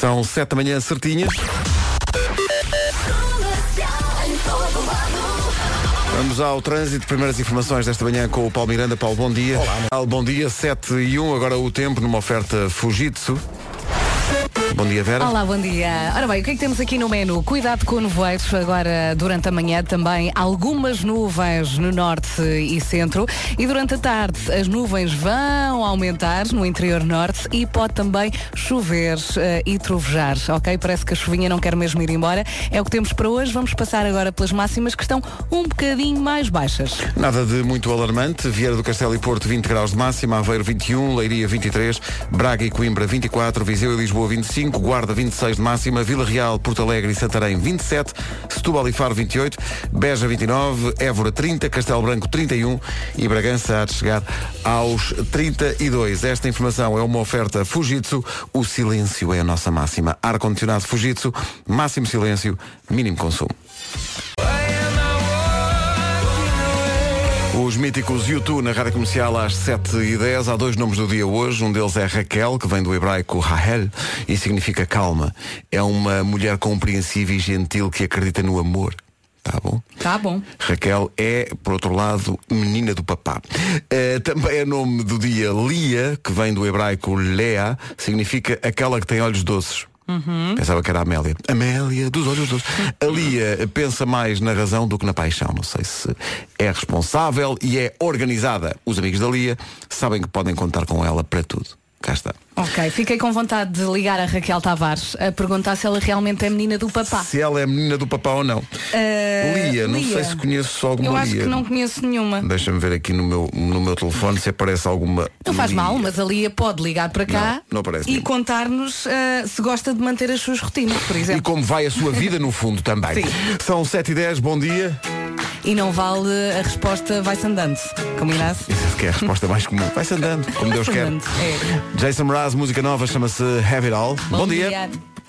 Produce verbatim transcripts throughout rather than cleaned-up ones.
São sete da manhã, certinhas. Vamos ao trânsito, primeiras informações desta manhã com o Paulo Miranda. Paulo, bom dia. Olá. Paulo, bom dia, sete e um, agora o tempo numa oferta Fujitsu. Bom dia, Vera. Olá, bom dia. Ora bem, o que é que temos aqui no menu? Cuidado com nevoeiros agora durante a manhã, também algumas nuvens no norte e centro, e durante a tarde as nuvens vão aumentar no interior norte e pode também chover uh, e trovejar, ok? Parece que a chuvinha não quer mesmo ir embora. É o que temos para hoje. Vamos passar agora pelas máximas que estão um bocadinho mais baixas. Nada de muito alarmante. Vieira do Castelo e Porto vinte graus de máxima, Aveiro vinte e um, Leiria vinte e três, Braga e Coimbra vinte e quatro, Viseu e Lisboa vinte e cinco, Guarda vinte e seis de máxima, Vila Real, Porto Alegre e Santarém vinte e sete, Setúbal e Faro vinte e oito, Beja vinte e nove, Évora trinta, Castelo Branco trinta e um e Bragança há de chegar aos trinta e dois. Esta informação é uma oferta Fujitsu. O silêncio é a nossa máxima. Ar-condicionado Fujitsu, máximo silêncio, mínimo consumo. Os míticos U dois na Rádio Comercial às sete e dez. Há dois nomes do dia hoje. Um deles é Raquel, que vem do hebraico Rahel e significa calma. É uma mulher compreensiva e gentil que acredita no amor. Tá bom? Tá bom. Raquel é, por outro lado, menina do papá. Uh, também é nome do dia Lia, que vem do hebraico Lea, significa aquela que tem olhos doces. Uhum. Pensava que era a Amélia. Amélia dos olhos doces. A Lia pensa mais na razão do que na paixão. Não sei se é responsável e é organizada. Os amigos da Lia sabem que podem contar com ela para tudo. Cá está. Ok, fiquei com vontade de ligar a Raquel Tavares a perguntar se ela realmente é menina do papá. Se ela é menina do papá ou não. Uh, Lia, não Lia. sei se conheço só alguma Eu acho Lia. que não conheço nenhuma. Deixa-me ver aqui no meu, no meu telefone se aparece alguma. Não faz Lia. mal, mas a Lia pode ligar para cá Não, não aparece e nenhuma. contar-nos uh, se gosta de manter as suas rotinas, por E exemplo. como vai a sua vida no fundo também. Sim. São sete e dez, bom dia. E não vale a resposta vai-se andando. Combinado? Isso que é a resposta mais comum. Vai-se andando, como Deus quer. Andando, é. Jason Mraz, música nova, chama-se Have It All. Bom, dia.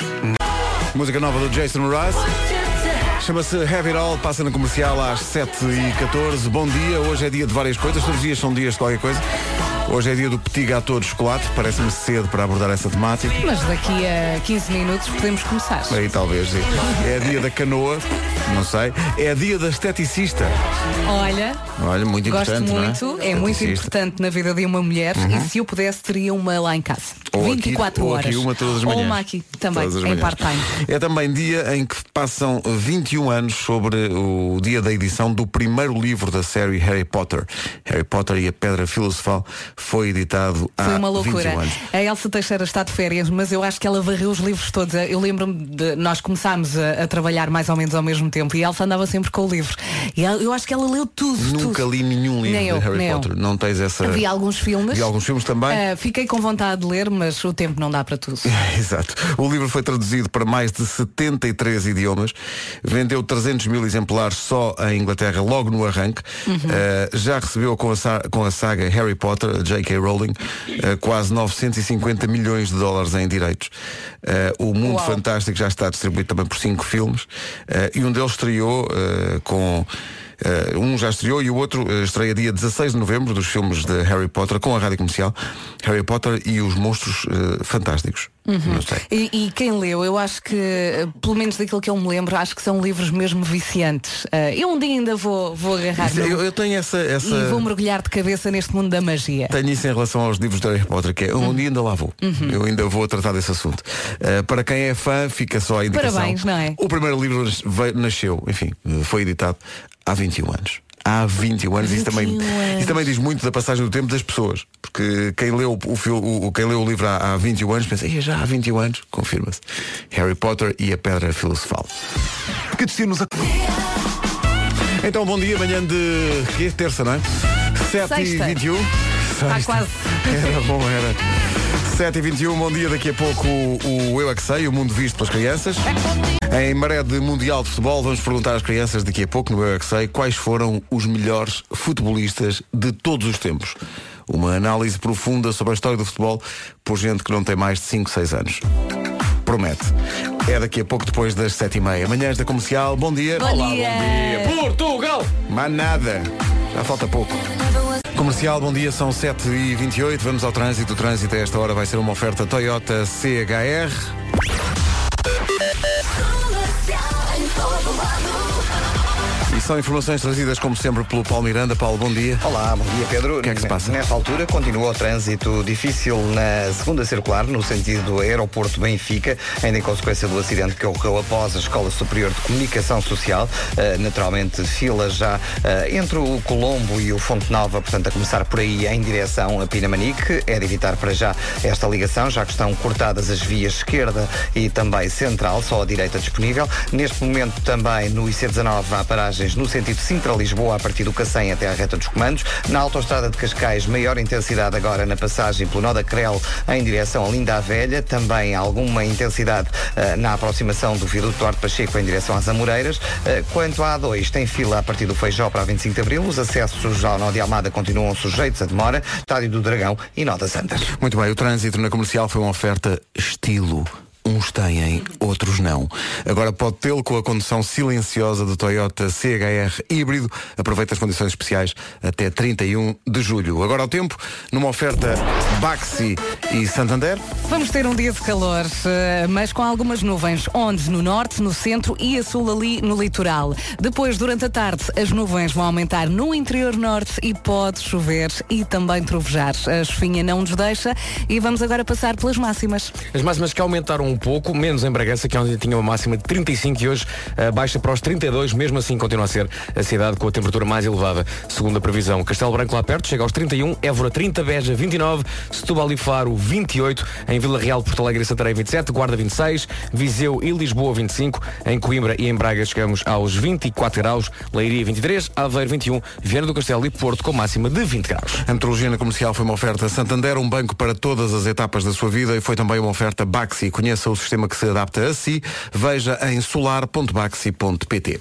Música nova do Jason Mraz. Chama-se Have It All, passa na Comercial às sete e catorze. Bom dia, hoje é dia de várias coisas, todos os dias são dias de qualquer coisa. Hoje é dia do petit gâteau de chocolate, parece-me cedo para abordar essa temática. Mas daqui a quinze minutos podemos começar. Aí talvez, sim. É dia da canoa, não sei. É dia da esteticista. Olha, Olha, muito gosto importante, muito, não é? é muito Esteticista. importante na vida de uma mulher e se eu pudesse teria uma lá em casa. Ou vinte e quatro aqui, ou horas. aqui uma todas as manhãs. Ou uma aqui também, Todas as em manhãs. part-time. É também dia em que passam vinte e um anos sobre o dia da edição do primeiro livro da série Harry Potter. Harry Potter e a Pedra Filosofal foi editado há Foi uma vinte e loucura. um anos. A Elsa Teixeira está de férias, mas eu acho que ela varreu os livros todos. Eu lembro-me de nós começámos a, a trabalhar mais ou menos ao mesmo tempo e a Elsa andava sempre com o livro. E ela- eu acho que ela leu tudo. Nunca tudo. li nenhum livro Nem de eu, Harry nem eu. Potter. Não tens essa. Vi alguns filmes. Vi alguns filmes também. Ah, fiquei com vontade de ler, mas o tempo não dá para tudo. Exato. O livro foi traduzido para mais de setenta e três idiomas. Vendeu trezentos mil exemplares só em Inglaterra, logo no arranque. Uhum. Uh, já recebeu com a, sa- com a saga Harry Potter, a J K. Rowling, uh, quase novecentos e cinquenta milhões de dólares em direitos. Uh, o Mundo Uau. Fantástico já está distribuído também por cinco filmes. Uh, e um deles estreou uh, com... Uh, um já estreou e o outro uh, estreia dia dezasseis de novembro, dos filmes de Harry Potter com a Rádio Comercial. Harry Potter e os Monstros uh, Fantásticos. Não sei. E, e quem leu, eu acho que, eh, pelo menos daquilo que eu me lembro, acho que são livros mesmo viciantes. Eh, eu um dia ainda vou, vou agarrar Isso, no- eu, eu tenho essa, essa... e vou mergulhar de cabeça neste mundo da magia. Tenho isso em relação aos livros de Harry Potter, que é um dia ainda lá vou. Uhum. Eu ainda vou tratar desse assunto. Uh, para quem é fã, fica só a indicação. Parabéns, não é? O primeiro livro veio- nasceu, enfim, uh, foi editado há vinte e um anos. Há vinte e um anos. Isso também, vinte e um anos. isso também diz muito da passagem do tempo das pessoas. Porque quem leu o, fil- o, quem leu o livro há, há vinte e um anos pensa, "Ei, já há vinte e um anos, confirma-se. Harry Potter e a Pedra Filosofal. Que destinos a... Então, bom dia, manhã de que é? Terça, não é? sete e Sexta. vinte e um. Está quase. Era bom, era. sete e vinte e um, bom dia. Daqui a pouco o, o Eu É Que Sei, o mundo visto pelas crianças. Em maré de Mundial de Futebol, vamos perguntar às crianças daqui a pouco, no Eu É Que Sei, quais foram os melhores futebolistas de todos os tempos. Uma análise profunda sobre a história do futebol por gente que não tem mais de cinco, seis anos. Promete. É daqui a pouco, depois das sete e meia. Manhãs da Comercial, bom dia. Bom Olá, dia. bom dia. Portugal! Mas nada. Já falta pouco. Comercial, bom dia, são sete e vinte e oito. Vamos ao trânsito. O trânsito a esta hora vai ser uma oferta Toyota C H R. E são informações trazidas, como sempre, pelo Paulo Miranda. Paulo, bom dia. Olá, bom dia, Pedro. O que é que se passa? Nesta altura, continua o trânsito difícil na segunda circular, no sentido aeroporto Benfica, ainda em consequência do acidente que ocorreu após a Escola Superior de Comunicação Social. Uh, naturalmente, fila já uh, entre o Colombo e o Fonte Nova, portanto, a começar por aí em direção a Pinamanique. É de evitar para já esta ligação, já que estão cortadas as vias esquerda e também central, só a direita disponível. Neste momento, também no I C dezanove, há paragens no sentido Sintra-Lisboa, a partir do Cacém até à reta dos Comandos. Na autoestrada de Cascais, maior intensidade agora na passagem pelo nó da Crel em direção a Linda a Velha. Também alguma intensidade uh, na aproximação do viaduto Duarte Pacheco em direção às Amoreiras. Uh, quanto à A dois, tem fila a partir do Feijó para a vinte e cinco de Abril. Os acessos ao nó de Almada continuam sujeitos a demora. Estádio do Dragão e nó das Antas. Muito bem, o trânsito na comercial foi uma oferta estilo. Uns têm, outros não. Agora pode tê-lo com a condução silenciosa do Toyota C H R híbrido. Aproveita as condições especiais até trinta e um de julho. Agora ao tempo, numa oferta Baxi e Santander. Vamos ter um dia de calor, mas com algumas nuvens, onde no norte, no centro e a sul ali no litoral. Depois, durante a tarde, as nuvens vão aumentar no interior norte e pode chover e também trovejar. A chuvinha não nos deixa e vamos agora passar pelas máximas. As máximas que aumentaram um pouco, menos em Bragança, que ontem tinha uma máxima de trinta e cinco e hoje uh, baixa para os trinta e dois, mesmo assim continua a ser a cidade com a temperatura mais elevada, segundo a previsão. Castelo Branco lá perto, chega aos trinta e um, Évora trinta, Beja vinte e nove, Setúbal e Faro vinte e oito, em Vila Real, Porto Alegre e Santarém vinte e sete, Guarda vinte e seis, Viseu e Lisboa vinte e cinco, em Coimbra e em Braga chegamos aos vinte e quatro graus, Leiria vinte e três, Aveiro vinte e um, Viana do Castelo e Porto com máxima de vinte graus. A meteorologia na comercial foi uma oferta Santander, um banco para todas as etapas da sua vida, e foi também uma oferta Baxi. Conheça o sistema que se adapta a si. Veja em solar ponto baxi ponto pt.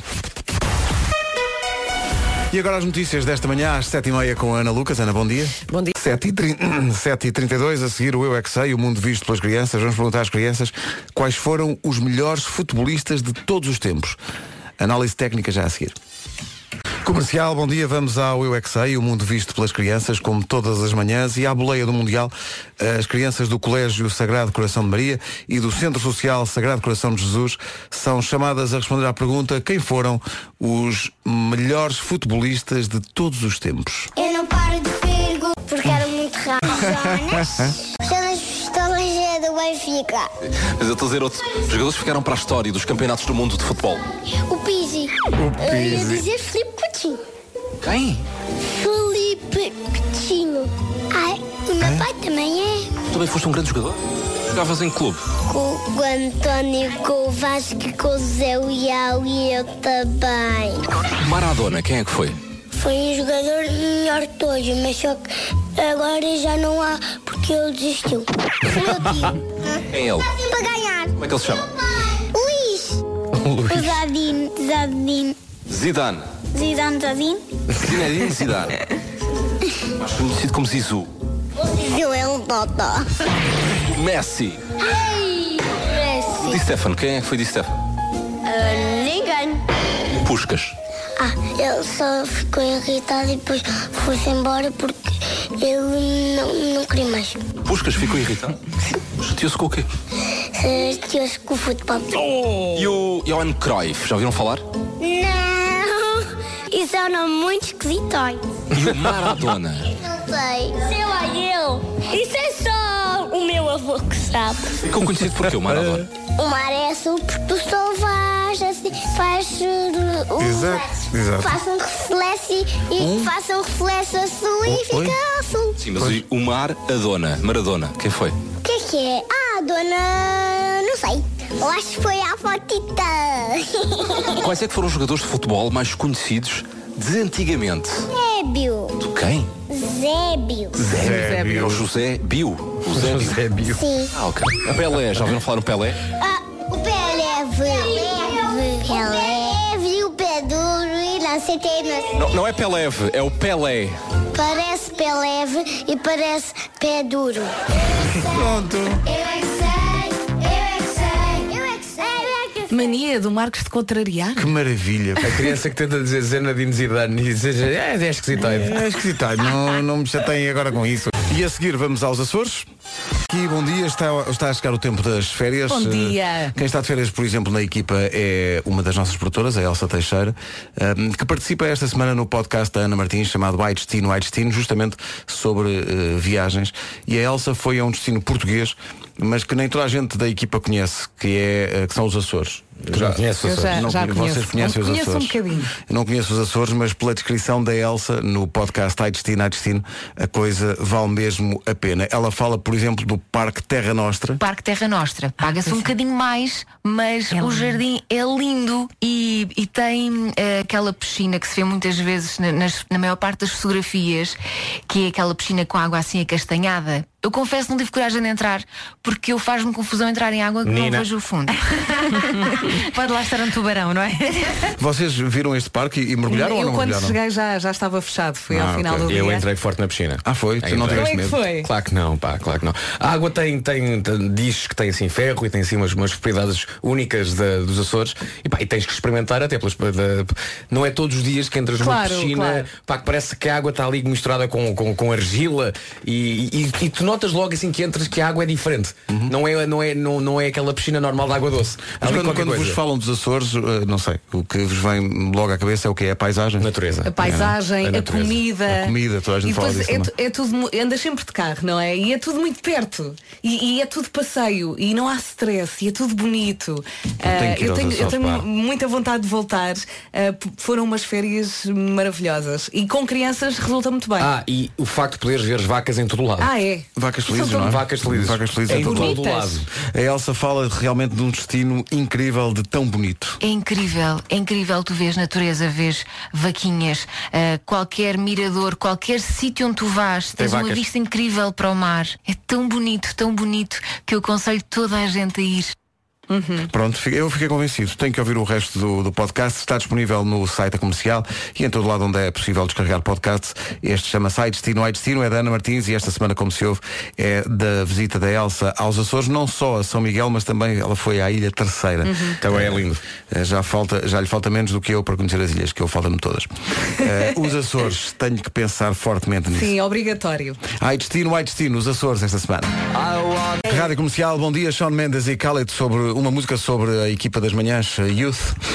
E agora as notícias desta manhã às sete e meia com a Ana Lucas. Ana, bom dia. Bom dia. sete e trinta e dois, a seguir o Eu É Que Sei, o mundo visto pelas crianças. Vamos perguntar às crianças quais foram os melhores futebolistas de todos os tempos. Análise técnica já a seguir. Comercial, bom dia, vamos ao Eu É Que Sei, o mundo visto pelas crianças, como todas as manhãs, e à boleia do Mundial, as crianças do Colégio Sagrado Coração de Maria e do Centro Social Sagrado Coração de Jesus são chamadas a responder à pergunta: quem foram os melhores futebolistas de todos os tempos? Eu não paro de perguntar porque era muito rápido. Jonas, Jonas Pistolas é do Benfica. Mas eu estou a dizer outros jogadores que ficaram para a história dos campeonatos do mundo de futebol. O Pizzi. O Eu ia Pizzi. dizer Filipe Coutinho. Quem? Filipe Coutinho. Ai, o meu pai também é. Tu também foste um grande jogador? Jogavas em clube? Com o António, com o Vasco, com o Zé Leal e eu também. Maradona, quem é que foi? Foi um jogador melhor de todos, mas só que agora já não há porque ele desistiu. Foi meu tio. Quem é ele? Está sempre a ganhar. Como é que ele se chama? Luís. Luís. O Zadine. Zadine. Zidane. Zidane Zadine. Zinedine Zidane. Mais conhecido como Zizou. Viu é um totó. Messi. Messi. Di Stefano, quem é que foi Di Stefano? Ah, ninguém. Puskas. Ah, ele só ficou irritado e depois foi-se embora porque ele não, não queria mais. Puskas ficou irritado? Chateou-se com o quê? Chateou-se com o futebol. E o Johan Cruyff, já ouviram falar? Não! Isso é um nome muito esquisito. E o Maradona? Não sei. Sei lá eu. Isso é só o meu avô que sabe. Ficou conhecido por quê, o Maradona? O mar é azul porque o sol faz assim, faz uh, o Exato, exato. faz um reflexo e Um? faz um reflexo azul e Oi? fica azul. Sim, mas e o Mar, a Dona, Maradona, quem foi? O que é que é? Ah, dona... não sei. Eu acho que foi a fotita. Quais é que foram os jogadores de futebol mais conhecidos de antigamente? Zébio. Do quem? Zébio. Zébio. É o José Biu. O Zé Biu. Zé Bio. Sim. Ah, ok. A Pelé, já ouviram falar no Pelé? Ah, o Pelé leve. Pelé viu o pé duro e não sei quem mais. Não, não é Pelé, é o Pelé. Parece pé leve e parece pé duro. Pronto. Eu é que sei, eu é que sei, eu é que sei, eu é que Mania do Marcos de contrariar. Que maravilha. A criança que tenta dizer Zinedine Zidane e dizer é, é esquisitoide. É esquisitado, não, não me chateiem agora com isso. E a seguir vamos aos Açores. Aqui, bom dia, está, está a chegar o tempo das férias. Bom dia. Quem está de férias, por exemplo, na equipa é uma das nossas produtoras, a Elsa Teixeira, que participa esta semana no podcast da Ana Martins, chamado Ai Destino, Ai Destino, justamente sobre uh, viagens. E a Elsa foi a um destino português, mas que nem toda a gente da equipa conhece, que, é, uh, que são os Açores. Já conheço os Açores. Já, não, já vocês conheço. conhecem os Conheço Açores? um bocadinho. Eu não conheço os Açores, mas pela descrição da Elsa no podcast Ai Destino, Ai Destino, a coisa vale mesmo a pena. Ela fala, por exemplo, do Parque Terra Nostra. Parque Terra Nostra. Paga-se um bocadinho mais, mas É o lindo. jardim é lindo e, e tem eh, aquela piscina que se vê muitas vezes na, nas- na maior parte das fotografias, que é aquela piscina com água assim acastanhada. Eu confesso que não tive coragem de entrar, porque eu faz-me confusão entrar em água que Nina. não vejo o fundo. Pode lá estar um tubarão, não é? Vocês viram este parque e mergulharam ou Eu não quando mergulharam? cheguei já, já estava fechado. Fui Ah, ao final ok. do dia. Eu entrei forte na piscina. Ah, foi? Tu não Entrei. tiveste Como é que medo? foi? Claro que não, pá, claro que não. A água tem, tem, tem- diz que tem assim ferro e tem assim umas, umas propriedades únicas da- dos Açores e, pá, e tens que experimentar até pelas, da- não é todos os dias que entras Claro, numa piscina, claro. pá, que parece que a água está ali misturada com, com, com argila e, e, e tu notas logo assim que entras que a água é diferente. Não, é, não, é, não, não é aquela piscina normal de água doce. Há Mas ali quando, qualquer quando vos coisa. falam dos Açores, eh, não sei, o que vos vem logo à cabeça é o que é a paisagem. Natureza. A paisagem, É, a a, natureza. comida. A comida, toda a gente e fala depois disso é, também. tu- é tudo, mu- andas sempre de carro, não é? E é tudo muito perto. E, e é tudo passeio. E não há stress. E é tudo bonito. Ah, que ir eu aos tenho, eu Açores, tenho pá. muita vontade de voltar. Ah, p- foram umas férias maravilhosas. E com crianças resulta muito bem. Ah, e o facto de poderes ver as vacas em todo o lado. Ah, é? Vacas São felizes, tão- não é? Vacas felizes. Vacas felizes Em em todo lado. todo o Bonitas. lado. A Elsa fala realmente de um destino incrível, de tão bonito. É incrível, é incrível. Tu vês natureza, vês vaquinhas, ah, qualquer mirador, qualquer sítio onde tu vás, tens uma vacas. vista incrível para o mar. É tão bonito, tão bonito, que eu aconselho toda a gente a ir. Pronto, fiquei- eu fiquei convencido. Tenho que ouvir o resto do, do podcast. Está disponível no site da Comercial e em todo lado onde é possível descarregar podcasts. Este chama-se Ai Destino, Ai Destino, é da Ana Martins e esta semana, como se ouve, é da visita da Elsa aos Açores, não só a São Miguel, mas também ela foi à Ilha Terceira. Também é lindo. Eh, Já, falta, já lhe falta menos do que eu para conhecer as ilhas, que eu falta-me todas. Eh, os Açores, tenho que pensar fortemente nisso. Sim, obrigatório. Ai Destino, Ai Destino, os Açores esta semana. Rádio Comercial, bom dia, Shawn Mendes e Khaled sobre uma música sobre a equipa das manhãs, a Youth.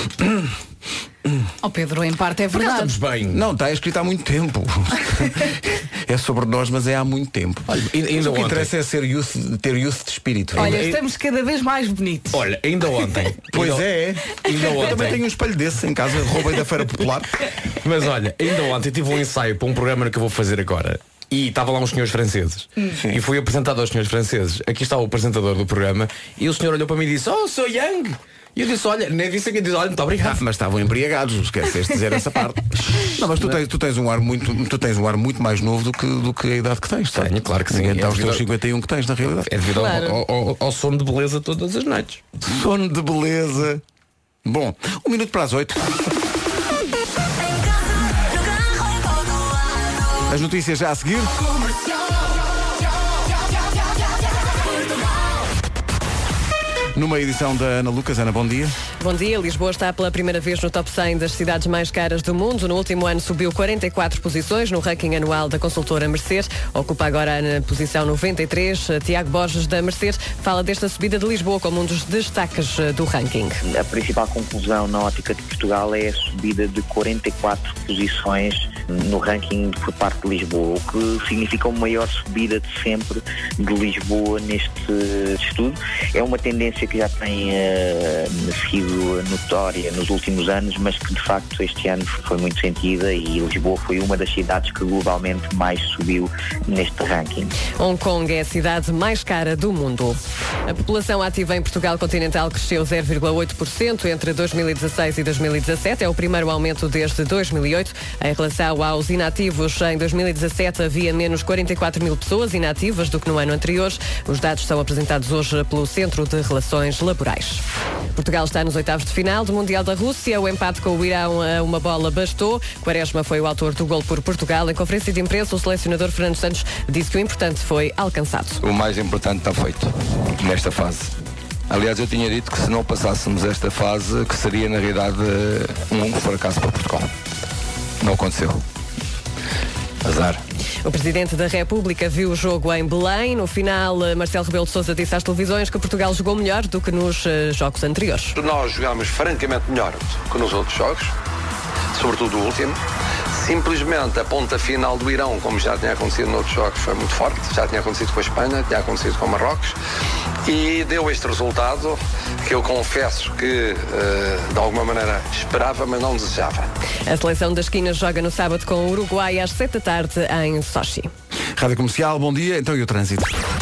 Oh Pedro, em parte é Por acaso verdade. estamos bem. Não, está escrito há muito tempo. É sobre nós, mas é há muito tempo. Olha, ainda Mas o que ontem- interessa é ser youth, ter youth de espírito. Olha, Ainda- estamos cada vez mais bonitos. Olha, ainda ontem. Pois ainda- é, Ainda eu também ontem. tenho um espelho desse em casa, roubei da Feira Popular. Mas olha, ainda ontem tive um ensaio para um programa que eu vou fazer agora. E estavam lá uns senhores franceses. E fui apresentado aos senhores franceses. Aqui está o apresentador do programa. E o senhor olhou para mim e disse: Oh, sou Yang. E eu disse: Olha, nem disse aqui. Disse: Olha, muito Ah, obrigado. mas estavam embriagados, esqueceste de dizer essa parte. Não, mas tu tens, tu tens um ar muito, tu tens um ar muito mais novo do que, do que a idade que tens. Tenho, claro que sim. Ninguém está É aos teus devido- cinquenta e um que tens, na realidade. É devido ao- Claro. ao, ao, ao sono de beleza todas as noites. Sono de beleza. Bom, um minuto para as oito. As notícias já a seguir. Numa edição da Ana Lucas. Ana, bom dia. Bom dia, Lisboa está pela primeira vez no top cem das cidades mais caras do mundo. No último ano subiu quarenta e quatro posições no ranking anual da consultora Mercer. Ocupa agora na posição noventa e três. Tiago Borges, da Mercer, fala desta subida de Lisboa como um dos destaques do ranking. A principal conclusão na ótica de Portugal é a subida de quarenta e quatro posições no ranking por parte de Lisboa, o que significa uma maior subida de sempre de Lisboa neste estudo. É uma tendência que já tem uh, sido notória nos últimos anos, mas que de facto este ano foi muito sentida e Lisboa foi uma das cidades que globalmente mais subiu neste ranking. Hong Kong é a cidade mais cara do mundo. A população ativa em Portugal continental cresceu zero vírgula oito por cento entre dois mil e dezasseis e dois mil e dezassete. É o primeiro aumento desde dois mil e oito. Em relação aos inativos, em dois mil e dezassete havia menos quarenta e quatro mil pessoas inativas do que no ano anterior. Os dados são apresentados hoje pelo Centro de Relações Laborais. Portugal está nos oitavos de final do Mundial da Rússia. O empate com o Irão a uma bola bastou. Quaresma foi o autor do gol por Portugal. Em conferência de imprensa, o selecionador Fernando Santos disse que o importante foi alcançado. O mais importante está feito nesta fase. Aliás, eu tinha dito que se não passássemos esta fase, que seria na realidade um fracasso para Portugal. Não aconteceu. Azar. O Presidente da República viu o jogo em Belém. No final, Marcelo Rebelo de Sousa disse às televisões que Portugal jogou melhor do que nos uh, jogos anteriores. Nós jogámos francamente melhor do que nos outros jogos, sobretudo o último. Simplesmente a ponta final do Irão, como já tinha acontecido noutros jogos, foi muito forte. Já tinha acontecido com a Espanha, tinha acontecido com Marrocos. E deu este resultado que eu confesso que, uh, de alguma maneira, esperava, mas não desejava. A seleção das esquinas joga no sábado com o Uruguai às sete da tarde em Sochi. Rádio Comercial, bom dia. Então e o trânsito?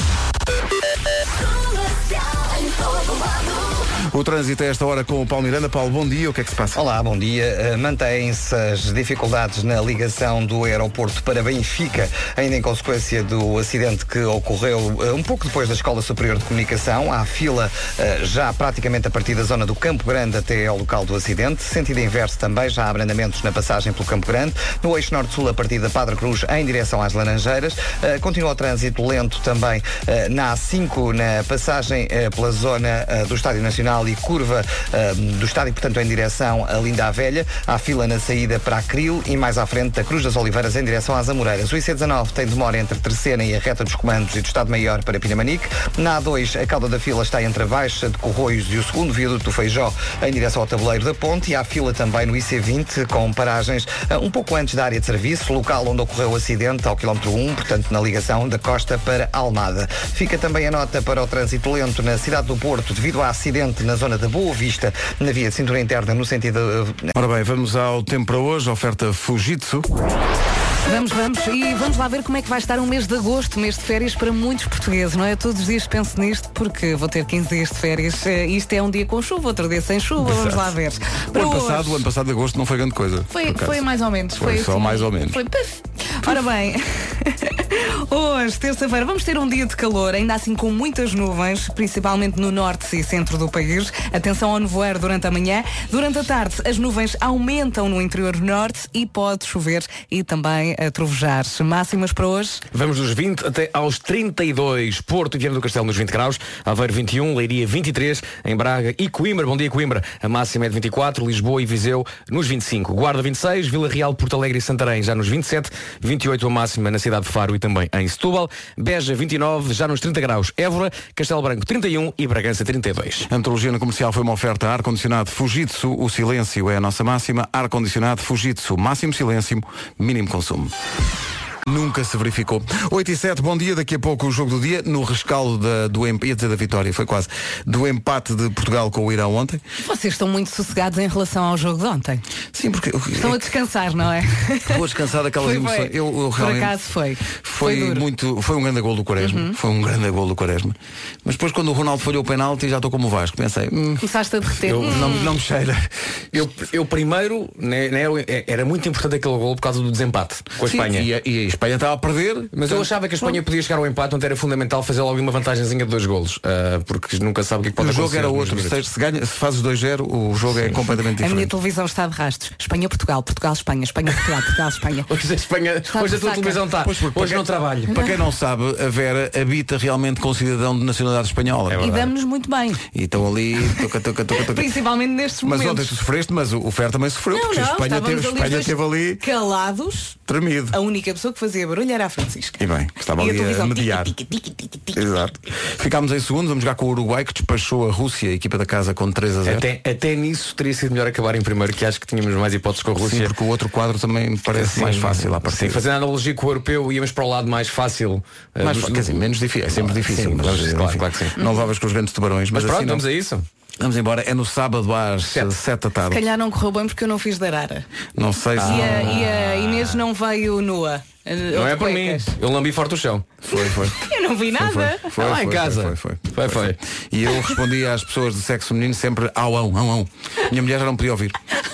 O trânsito a esta hora com o Paulo Miranda. Paulo, bom dia. O que é que se passa? Olá, bom dia. Uh, Mantêm-se as dificuldades na ligação do aeroporto para Benfica, ainda em consequência do acidente que ocorreu uh, um pouco depois da Escola Superior de Comunicação. Há fila uh, já praticamente a partir da zona do Campo Grande até ao local do acidente. Sentido inverso também, já há abrandamentos na passagem pelo Campo Grande. No eixo norte-sul, a partir da Padre Cruz em direção às Laranjeiras. Uh, continua o trânsito lento também uh, na A cinco, na passagem uh, pela zona uh, do Estádio Nacional e curva uh, do estádio, portanto, em direção a Linda a Velha. Há fila na saída para a Cril e mais à frente da Cruz das Oliveiras em direção às Amoreiras. O I C dezanove tem demora entre Terceira e a reta dos Comandos e do Estado-Maior para Pinamanique. Na A dois, a cauda da fila está entre a Baixa de Corroios e o segundo viaduto do Feijó em direção ao tabuleiro da Ponte, e há fila também no I C vinte com paragens uh, um pouco antes da área de serviço, local onde ocorreu o acidente, ao quilómetro um, portanto na ligação da Costa para Almada. Fica também a nota para o trânsito lento na cidade do Porto devido ao acidente na zona da Boa Vista, na via de cintura interna, no sentido... Ora bem, vamos ao tempo para hoje, oferta Fujitsu. Vamos, vamos, e vamos lá ver como é que vai estar um mês de agosto, mês de férias para muitos portugueses, não é? Todos os dias penso nisto porque vou ter quinze dias de férias. Isto é um dia com chuva, outro dia sem chuva, Exato. Vamos lá ver. O Para ano, hoje, passado, o ano passado de agosto não foi grande coisa. Foi, foi mais ou menos. Foi, Foi só assim, mais ou menos. Foi puff. Ora bem, hoje, terça-feira, vamos ter um dia de calor, ainda assim com muitas nuvens, principalmente no norte e centro do país. Atenção ao nevoeiro durante a manhã. Durante a tarde, as nuvens aumentam no interior norte e pode chover e também a trovejar. Máximas para hoje? Vamos dos vinte até aos trinta e dois. Porto e Viana do Castelo nos vinte graus, Aveiro vinte e um, Leiria vinte e três, em Braga e Coimbra. Bom dia, Coimbra. A máxima é de vinte e quatro, Lisboa e Viseu nos vinte e cinco. Guarda vinte e seis, Vila Real, Porto Alegre e Santarém já nos vinte e sete, vinte e oito a máxima na cidade de Faro e também em Setúbal. Beja vinte e nove, já nos trinta graus. Évora, Castelo Branco trinta e um e Bragança trinta e dois. A meteorologia no comercial foi uma oferta a ar-condicionado Fujitsu. O silêncio é a nossa máxima. Ar-condicionado Fujitsu. Máximo silêncio, mínimo consumo. Nunca se verificou. oito e sete, bom dia. Daqui a pouco o jogo do dia, no rescaldo da, do empate, ia dizer da vitória, foi quase, do empate de Portugal com o Irão ontem. Vocês estão muito sossegados em relação ao jogo de ontem. Sim, porque... Estão a descansar, não é? Vou descansar daquelas foi, emoções. Foi. Eu, eu Por realmente, acaso foi. Foi, foi muito, foi um grande gol do Quaresma. Uhum. Foi um grande gol do Quaresma. Mas depois quando o Ronaldo falhou o penalti, já estou como o Vasco. Pensei... Hum, Começaste a derreter. Eu, hum. não, não me cheira. Eu, eu primeiro, né, né, era muito importante aquele gol por causa do desempate com a Sim, Espanha. E a, e a Espanha estava a perder. Mas eu achava que a Espanha podia chegar ao empate, onde era fundamental fazer logo uma vantagenzinha de dois golos, uh, porque nunca sabe o que, é que pode o acontecer. O jogo era outro, se, se, ganha, se fazes dois zero, o jogo Sim. é completamente diferente. A minha televisão está de rastros. Espanha-Portugal, Portugal-Espanha, Espanha-Portugal, Portugal-Espanha. Hoje a Espanha, está hoje a tua televisão está. Pois, hoje quem, não trabalho. Para quem não sabe, a Vera habita realmente com cidadão de nacionalidade espanhola. É e damos-nos muito bem. E estão ali, toca, toca, toca, toca. Principalmente nestes mas momentos. Mas ontem tu sofreste, mas o Fer também sofreu, não, porque não, a Espanha, teve, ali, Espanha teve ali calados. Tremido. A única pessoa que fazia barulho era a Francisca. E bem, estava e ali a, a mediar. Tic, tic, tic, tic, tic. Exato. Ficámos em segundo, vamos jogar com o Uruguai, que despachou a Rússia, a equipa da casa, com três a zero. Até, até nisso teria sido melhor acabar em primeiro, que acho que tínhamos mais hipóteses com a Rússia. Sim, porque o outro quadro também me parece sim, mais fácil à partida. Sim, fazendo a analogia com o europeu, íamos para o lado mais fácil. Mais uh, quer dizer, menos difícil, é sempre ah, difícil. Sim, mas, mas, enfim, claro, claro que sim. Não levavas com os grandes tubarões. Mas, mas pronto, assim, vamos não. a isso. Vamos embora, é no sábado às sete da tarde. Se calhar não correu bem porque eu não fiz de arara. Não sei se... E a, e a Inês não veio nua. Não é para mim, eu lambi forte o chão. Foi, foi. Eu não vi nada. Foi, foi, foi, lá foi, em casa. Foi, foi, foi, foi, foi. foi. E eu respondi às pessoas de sexo feminino sempre au, au, au, au. Minha mulher já não podia ouvir.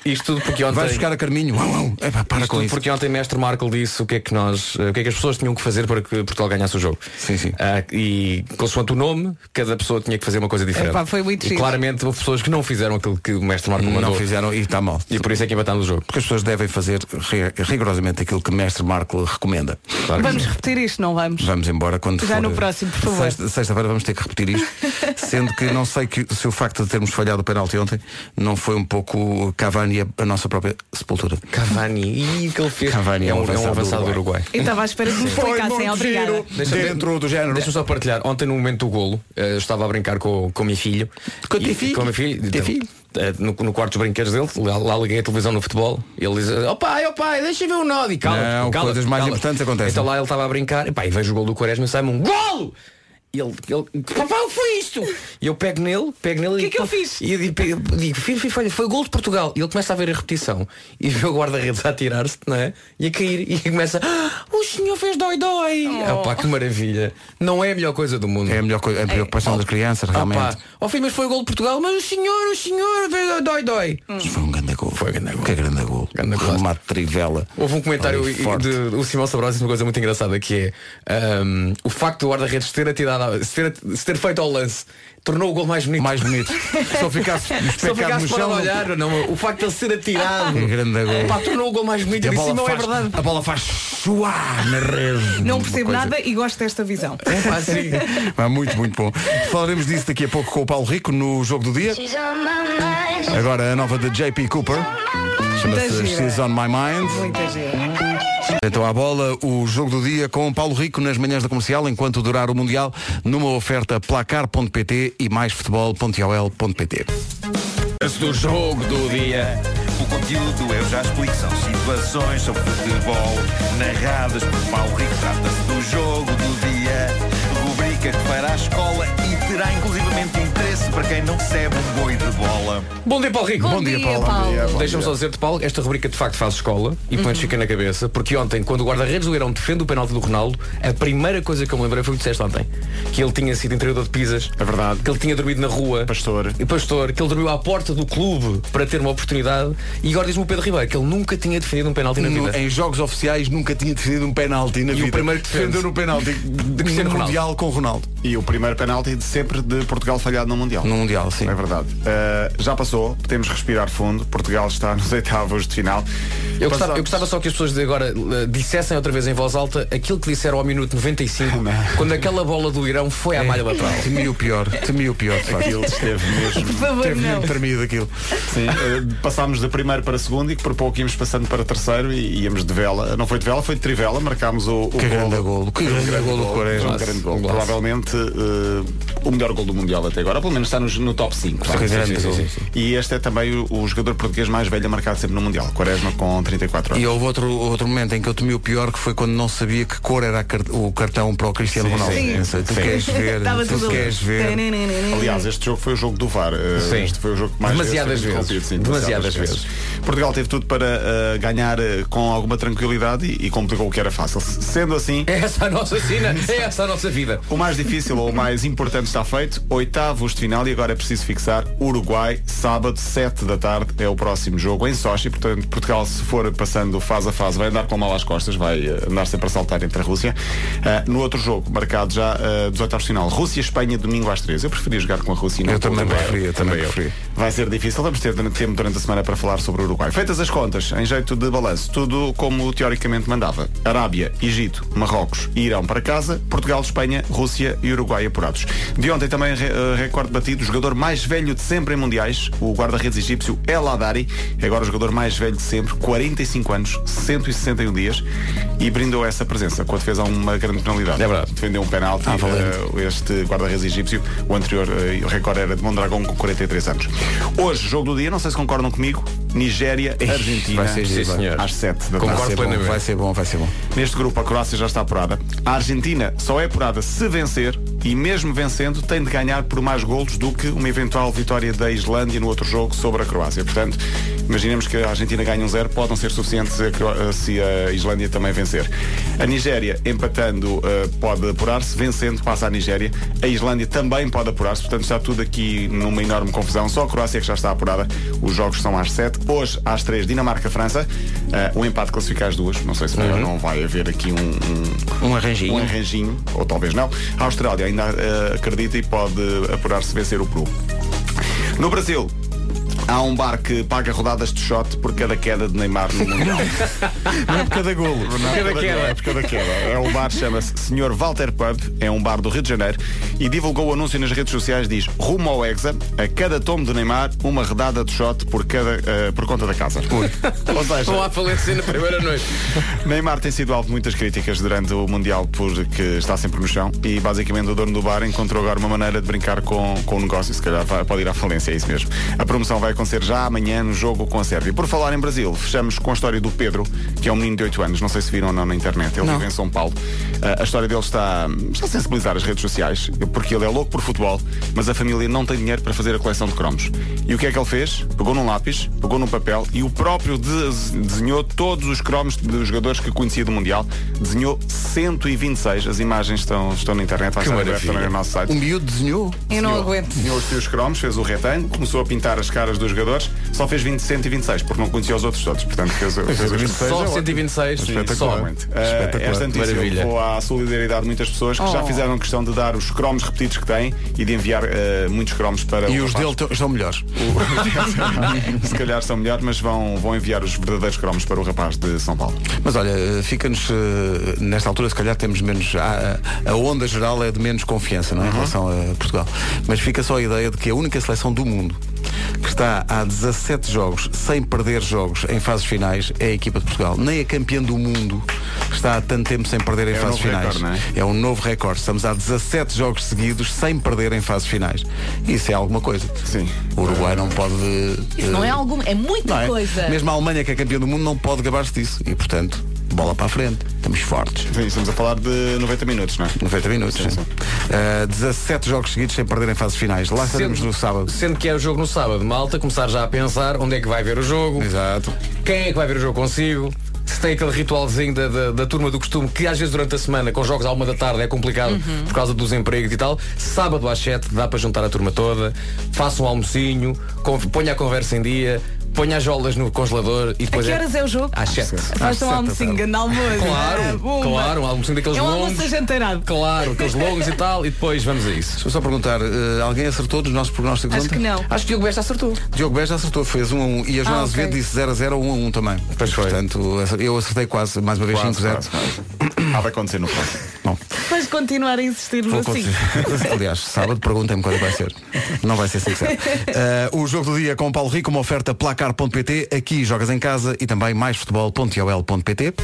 Isto tudo porque ontem... Vais buscar a Carminho. Epá, para Isto com tudo isso. porque ontem mestre Marco disse o que é que nós, o que é que as pessoas tinham que fazer para que Portugal ganhasse o jogo. Sim, sim. Ah, e consoante o nome, cada pessoa tinha que fazer uma coisa diferente. Epá, foi muito e giro. claramente houve pessoas que não fizeram aquilo que o mestre Marco mandou. Não fizeram e está mal. E por isso é que empatamos o jogo. Porque as pessoas devem fazer rigorosamente aquilo que o mestre Marco recomenda. Claro. Vamos repetir isto, não vamos? Vamos embora quando Já for. no próximo, por favor. Sexta- Sexta-feira vamos ter que repetir isto. Sendo que não sei que, se o facto de termos falhado o penalti ontem não foi um pouco Cavani a, a nossa própria sepultura. Cavani, e o que ele fez? Cavani é um, é um avançado avançado do do Uruguai. Uruguai. Eu estava à espera que me explicassem, obrigada. Dentro do género. Deixa-me só partilhar. Ontem no momento do golo, eh, eu estava a brincar com, com o meu filho. Com o teu E- filho? Com o meu filho. Teu Então, filho? eh, No, no quarto dos brinquedos dele, lá, lá liguei a televisão no futebol. Ele diz: ó pai, ó pai, deixa eu ver o nó. E cala, Não, cala, coisas mais cala. importantes acontecem. Então lá ele estava a brincar. E, pá, e vejo o golo do Quaresma e sai-me um golo! E ele, ele, papá, o que foi isto? E eu pego nele, pego nele. O que e é que eu fiz? E eu digo, pego- digo, filho, filho, olha, foi o gol de Portugal. E ele começa a ver a repetição. E vê o guarda-redes a tirar-se, não é? E a cair. E começa, ah, o senhor fez dói-dói. Oh. Opá, que maravilha. Não é a melhor coisa do mundo. É a melhor coisa, a preocupação das crianças, realmente. Opá, ó filho, mas foi o gol de Portugal. Mas o senhor, o senhor fez dói-dói. Mas foi um grande gol. Foi um grande gol. Que grande gol. Grande gol. Remate de trivela. Houve um comentário Ali, de, forte. de, do Simão Sabrosa, uma coisa muito engraçada, que é um, o facto do guarda-redes ter atirado, se ter, se ter feito ao lance tornou o gol mais bonito. Mais bonito. Só ficasse Só especado ficasse no para chão. olhar, não, o facto de ele ser atirado Que grande gol. pá, tornou o gol mais bonito. E a E bola isso não é faz- verdade. A bola faz suar na rede. Não Uma percebo coisa- nada e gosto desta visão. Pá, sim. Ah, muito, muito bom. Falaremos disso daqui a pouco com o Paulo Rico no Jogo do Dia. Agora a nova de J P Cooper. Chama-se Muita gira. She's on My Mind. Muita gente. Então à bola, o Jogo do Dia com o Paulo Rico nas manhãs da comercial, enquanto durar o Mundial, numa oferta placar ponto pt e mais futebol ponto i o l ponto p t. Do jogo do dia. O conteúdo eu já explico, são situações sobre futebol narradas por Paulo Rico. Trata-se do jogo do dia, rubrica que fará a escola e terá inclusivamente interesse para quem não recebe um boi de bola. Bom dia, Paulo Rico. Bom, Bom dia, dia, Paulo. Paulo. dia, bom Deixa-me dia. só dizer-te, Paulo, esta rubrica de facto faz escola e põe-nos Uhum. fica na cabeça, porque ontem, quando o guarda-redes do Irão defende o penalti do Ronaldo, a primeira coisa que eu me lembrei foi o que disseste ontem. Que ele tinha sido entregador de pizzas. É verdade. Que ele tinha dormido na rua. Pastor. E pastor, que ele dormiu à porta do clube para ter uma oportunidade. E agora diz-me o Pedro Ribeiro que ele nunca tinha defendido um penalti na No- vida. em jogos oficiais nunca tinha defendido um penalti na E o vida. primeiro que defende. defendeu no penalti de Cristiano no Ronaldo. Mundial com o Ronaldo. E o primeiro penalti de sempre de Portugal falhado no Mundial. No Mundial, sim. É verdade. Uh, já passou, podemos respirar fundo. Portugal está nos oitavos de final. Eu gostava, Passamos- eu gostava só que as pessoas de agora uh, dissessem outra vez em voz alta aquilo que disseram ao minuto noventa e cinco, quando aquela bola do Irão foi à malha lateral. Temi o pior, temi o pior, de facto. Aquilo esteve mesmo. Por favor, Teve não. mesmo tremido aquilo. Sim, uh, passámos de primeiro para segundo e que por pouco íamos passando para terceiro e íamos de vela. Não foi de vela, foi de trivela. Marcámos o, o Que grande golo, que grande golo do Quaresma. Um grande gol. Um golaço. Provavelmente uh, o melhor gol do Mundial até agora. Pelo menos está no, no top cinco. Que grande golo. E este é também o, o jogador português mais velho a marcar sempre no Mundial. Quaresma com trinta e quatro anos. E houve outro, outro momento em que eu temi o pior, que foi quando não sabia que cor era a car- o cartão para o Cristiano Sim, Ronaldo. sim. Não sei, tu Sim. queres ver, Estava tu tudo queres ver. Aliás, este jogo foi o jogo do V A R. Uh, Sim. Este foi o jogo que mais Demasiadas vezes foi vezes. interrompido, sim, Demasiadas vezes. Portugal teve tudo para uh, ganhar uh, com alguma tranquilidade e, e complicou o que era fácil. Sendo assim, É essa a nossa sina, é essa a nossa vida. o mais difícil ou o mais importante está feito. Oitavos de final e agora é preciso fixar Uruguai, sábado, sete da tarde, é o próximo jogo em Sochi. Portanto, Portugal, se for passando fase a fase, vai andar com a mala às costas, vai uh, andar sempre a saltar entre a Rússia. Uh, no outro jogo, marcado já uh, dos oitavos de final, Rússia-Espanha, domingo às três. Eu preferia jogar com a Rússia e não Eu com o também Uruguai. preferia, também eu. preferia. Vai ser difícil, vamos ter tempo durante a semana para falar sobre o Uruguai. Feitas as contas, em jeito de balanço, tudo como teoricamente mandava. Arábia, Egito, Marrocos e Irão para casa, Portugal, Espanha, Rússia e Uruguai apurados. De ontem também re uh, recorde batido, o jogador mais velho de sempre em mundiais, o guarda-redes egípcio El Hadari, é agora o jogador mais velho de sempre, quarenta e cinco anos, cento e sessenta e um dias, e brindou essa presença com a defesa a uma grande penalidade. É verdade. Defendeu um penalti, Ah, uh, este guarda-redes egípcio, o anterior uh, o recorde era de Mondragão com quarenta e três anos. Hoje, jogo do dia, não sei se concordam comigo, Nigéria, Argentina, vai ser Sim, giro, senhor. às sete da Concordo tarde. Vai ser bom, plenamente. vai ser bom, vai ser bom. Neste grupo a Croácia já está apurada. A Argentina só é apurada se vencer. e mesmo vencendo tem de ganhar por mais golos do que uma eventual vitória da Islândia no outro jogo sobre a Croácia. Portanto, imaginemos que a Argentina ganha um zero, pode não ser suficiente se a, Cro... se a Islândia também vencer. A Nigéria, empatando, uh, pode apurar-se, vencendo passa a Nigéria. A Islândia também pode apurar-se, portanto está tudo aqui numa enorme confusão. Só a Croácia é que já está apurada. Os jogos são às sete. Hoje, às três, Dinamarca-França. Uh, o empate classifica as duas. Não sei se uhum. não vai haver aqui um, um, um arranjinho. Um arranjinho, ou talvez não. A Austrália ainda uh, acredita e pode apurar-se vencer o Peru. No Brasil, há um bar que paga rodadas de shot por cada queda de Neymar no Mundial. Não é por cada golo. Não, por cada queda. É por cada queda. É o bar, chama-se senhor Walter Pub, é um bar do Rio de Janeiro, e divulgou o anúncio nas redes sociais, diz: rumo ao Hexa, a cada tomo de Neymar, uma rodada de shot por, cada, uh, por conta da casa. Ui. Ou seja, vão à falência na primeira noite. Neymar tem sido alvo de muitas críticas durante o Mundial porque está sempre no chão, e basicamente o dono do bar encontrou agora uma maneira de brincar com, com o negócio. Se calhar vai, pode ir à falência, é isso mesmo. A promoção vai acontecer já amanhã no jogo com a Sérvia. Por falar em Brasil, fechamos com a história do Pedro, que é um menino de oito anos, não sei se viram ou não na internet, ele não. vive em São Paulo. Uh, a história dele está, está a sensibilizar as redes sociais, porque ele é louco por futebol, mas a família não tem dinheiro para fazer a coleção de cromos. E o que é que ele fez? Pegou num lápis, pegou num papel e o próprio de- desenhou todos os cromos dos jogadores que conhecia do Mundial. Desenhou cento e vinte e seis, as imagens estão, estão na internet, vai estar também no nosso site. O miúdo desenhou? Eu não aguento. Desenhou os seus cromos, fez o retângulo, começou a pintar as caras dos jogadores, só fez vinte, cento e vinte e seis, porque não conhecia os outros todos. Portanto, fez, fez, fez vinte e seis, só cento e vinte e seis. Espetacularmente. Uh, esta notícia levou à solidariedade de muitas pessoas que oh. já fizeram questão de dar os cromos repetidos que têm e de enviar uh, muitos cromos para e o os rapaz. dele são melhores. O... Se calhar são melhores, mas vão, vão enviar os verdadeiros cromos para o rapaz de São Paulo. Mas olha, fica-nos uh, nesta altura se calhar temos menos a, a onda geral é de menos confiança, não é? Em relação a Portugal. Mas fica só a ideia de que a única seleção do mundo que está há dezassete jogos sem perder jogos em fases finais é a equipa de Portugal. Nem a campeã do mundo está há tanto tempo sem perder em é fases um finais. Recorde, não é? É um novo recorde. Estamos há dezassete jogos seguidos sem perder em fases finais. Isso é alguma coisa. Sim. O Uruguai não pode... Isso uh, não é alguma, é muita não é? coisa. Mesmo a Alemanha, que é campeã do mundo, não pode gabar-se disso. E, portanto, bola para a frente. Estamos fortes. Sim, estamos a falar de noventa minutos, não é? noventa minutos, sim. sim. Uh, dezassete jogos seguidos sem perder em fases finais. Lá estaremos no sábado. Sendo que é o jogo no sábado, malta, começar já a pensar onde é que vai ver o jogo. Exato. Quem é que vai ver o jogo consigo. Se tem aquele ritualzinho da, da, da turma do costume, que às vezes durante a semana, com jogos à uma da tarde, é complicado uhum. por causa dos empregos e tal. Sábado às sete dá para juntar a turma toda. Faça um almocinho, com, ponha a conversa em dia, ponha as jolas no congelador e depois. A que horas é, é o jogo? Às sete. Faz um almocinho, grande almoço. Claro, é, claro, um almocinho daqueles é um longos. almoço ajanteirado. Claro, aqueles longos e tal, e depois vamos a isso. Deixa eu só perguntar, uh, alguém acertou dos nossos prognósticos Acho ontem? que não. Acho que o Diogo Besta acertou. Diogo Besta acertou, fez um a um. E a Joana ah, Azevedo okay. disse zero a zero ou um a um também. Pois foi. Portanto, eu acertei quase, mais uma vez Quase, cinco a zero. quase, quase. Ah, vai acontecer no próximo. Bom. Vais continuar a insistir no assim. Aliás, sábado perguntem-me quando vai ser. Não vai ser cinco a zero. Uh, o jogo do dia com o Paulo Rico, uma oferta placar ponto pt. Aqui jogas em casa e também mais futebol ponto i o l ponto p t.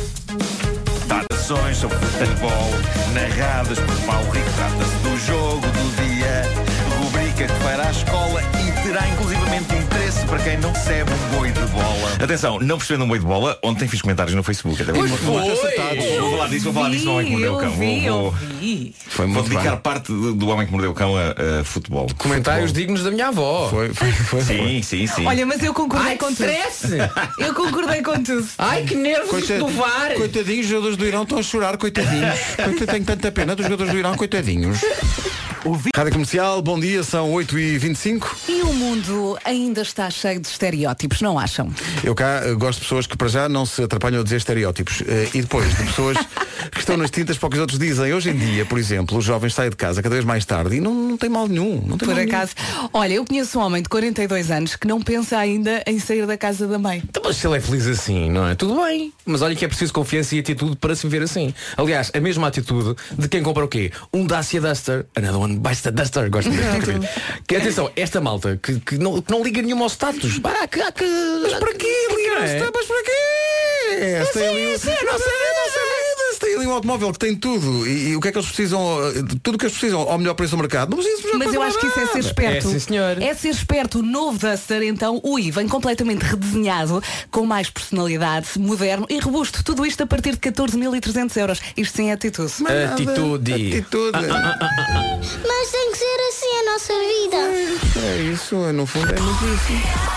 Datações sobre futebol narradas por Paulo Rico. Trata-se do jogo do dia, rubrica que fará a escola e terá inclusivamente interesse para quem não recebe um boi de bola. Atenção, não percebendo um boi de bola, ontem fiz comentários no Facebook. Até Pois vou, foi! vou falar disso, vou falar disso no Homem que Mordeu o Cão. Vi, Vou, vou, Foi vou muito dedicar bem. parte do, do Homem que Mordeu o Cão a, a futebol. Comentários dignos da minha avó. Foi, foi, foi. Sim, sim, sim. Olha, mas eu concordei Ai, com que tudo. stress! Eu concordei com tudo. Ai, que nervos Coitad- do V A R! Coitadinhos, os jogadores do Irão estão a chorar, coitadinhos. Coitad- Tenho tanta pena dos jogadores do Irão, coitadinhos. Rádio Comercial, bom dia, são oito e vinte e cinco. E o mundo ainda está cheio de estereótipos, não acham? Eu cá uh, gosto de pessoas que para já não se atrapalham a dizer estereótipos. Uh, e depois de pessoas que estão nas tintas para o que os outros dizem. Hoje em dia, por exemplo, os jovens saem de casa cada vez mais tarde e não, não tem mal nenhum. Não tem Por mal acaso. Olha, eu conheço um homem de quarenta e dois anos que não pensa ainda em sair da casa da mãe. Então, mas se ele é feliz assim, não é? Tudo bem. Mas olha que é preciso confiança e atitude para se ver assim. Aliás, a mesma atitude de quem compra o quê? Um Dacia Duster. Another one buys the Duster. Gosto deste bocadinho. Que atenção, esta malta que, que, não, que não liga nenhum ao status. Ah, que, que, Mas para quê? Ligar ao é? status, mas para quê? Esta é ali- Sim, sim, não sei, não sei. se têm ali um automóvel que tem tudo e, e o que é que eles precisam, tudo o que eles precisam ao melhor preço do mercado, não precisam. Mas eu acho que isso é ser esperto. É, sim, senhor. É ser esperto. O novo Duster, então, o i, vem completamente redesenhado, com mais personalidade, moderno e robusto. Tudo isto a partir de catorze mil e trezentos euros. Isto sim é atitude. Atitude. Atitude. Mas tem que ser assim a nossa vida. É isso, no fundo é muito isso.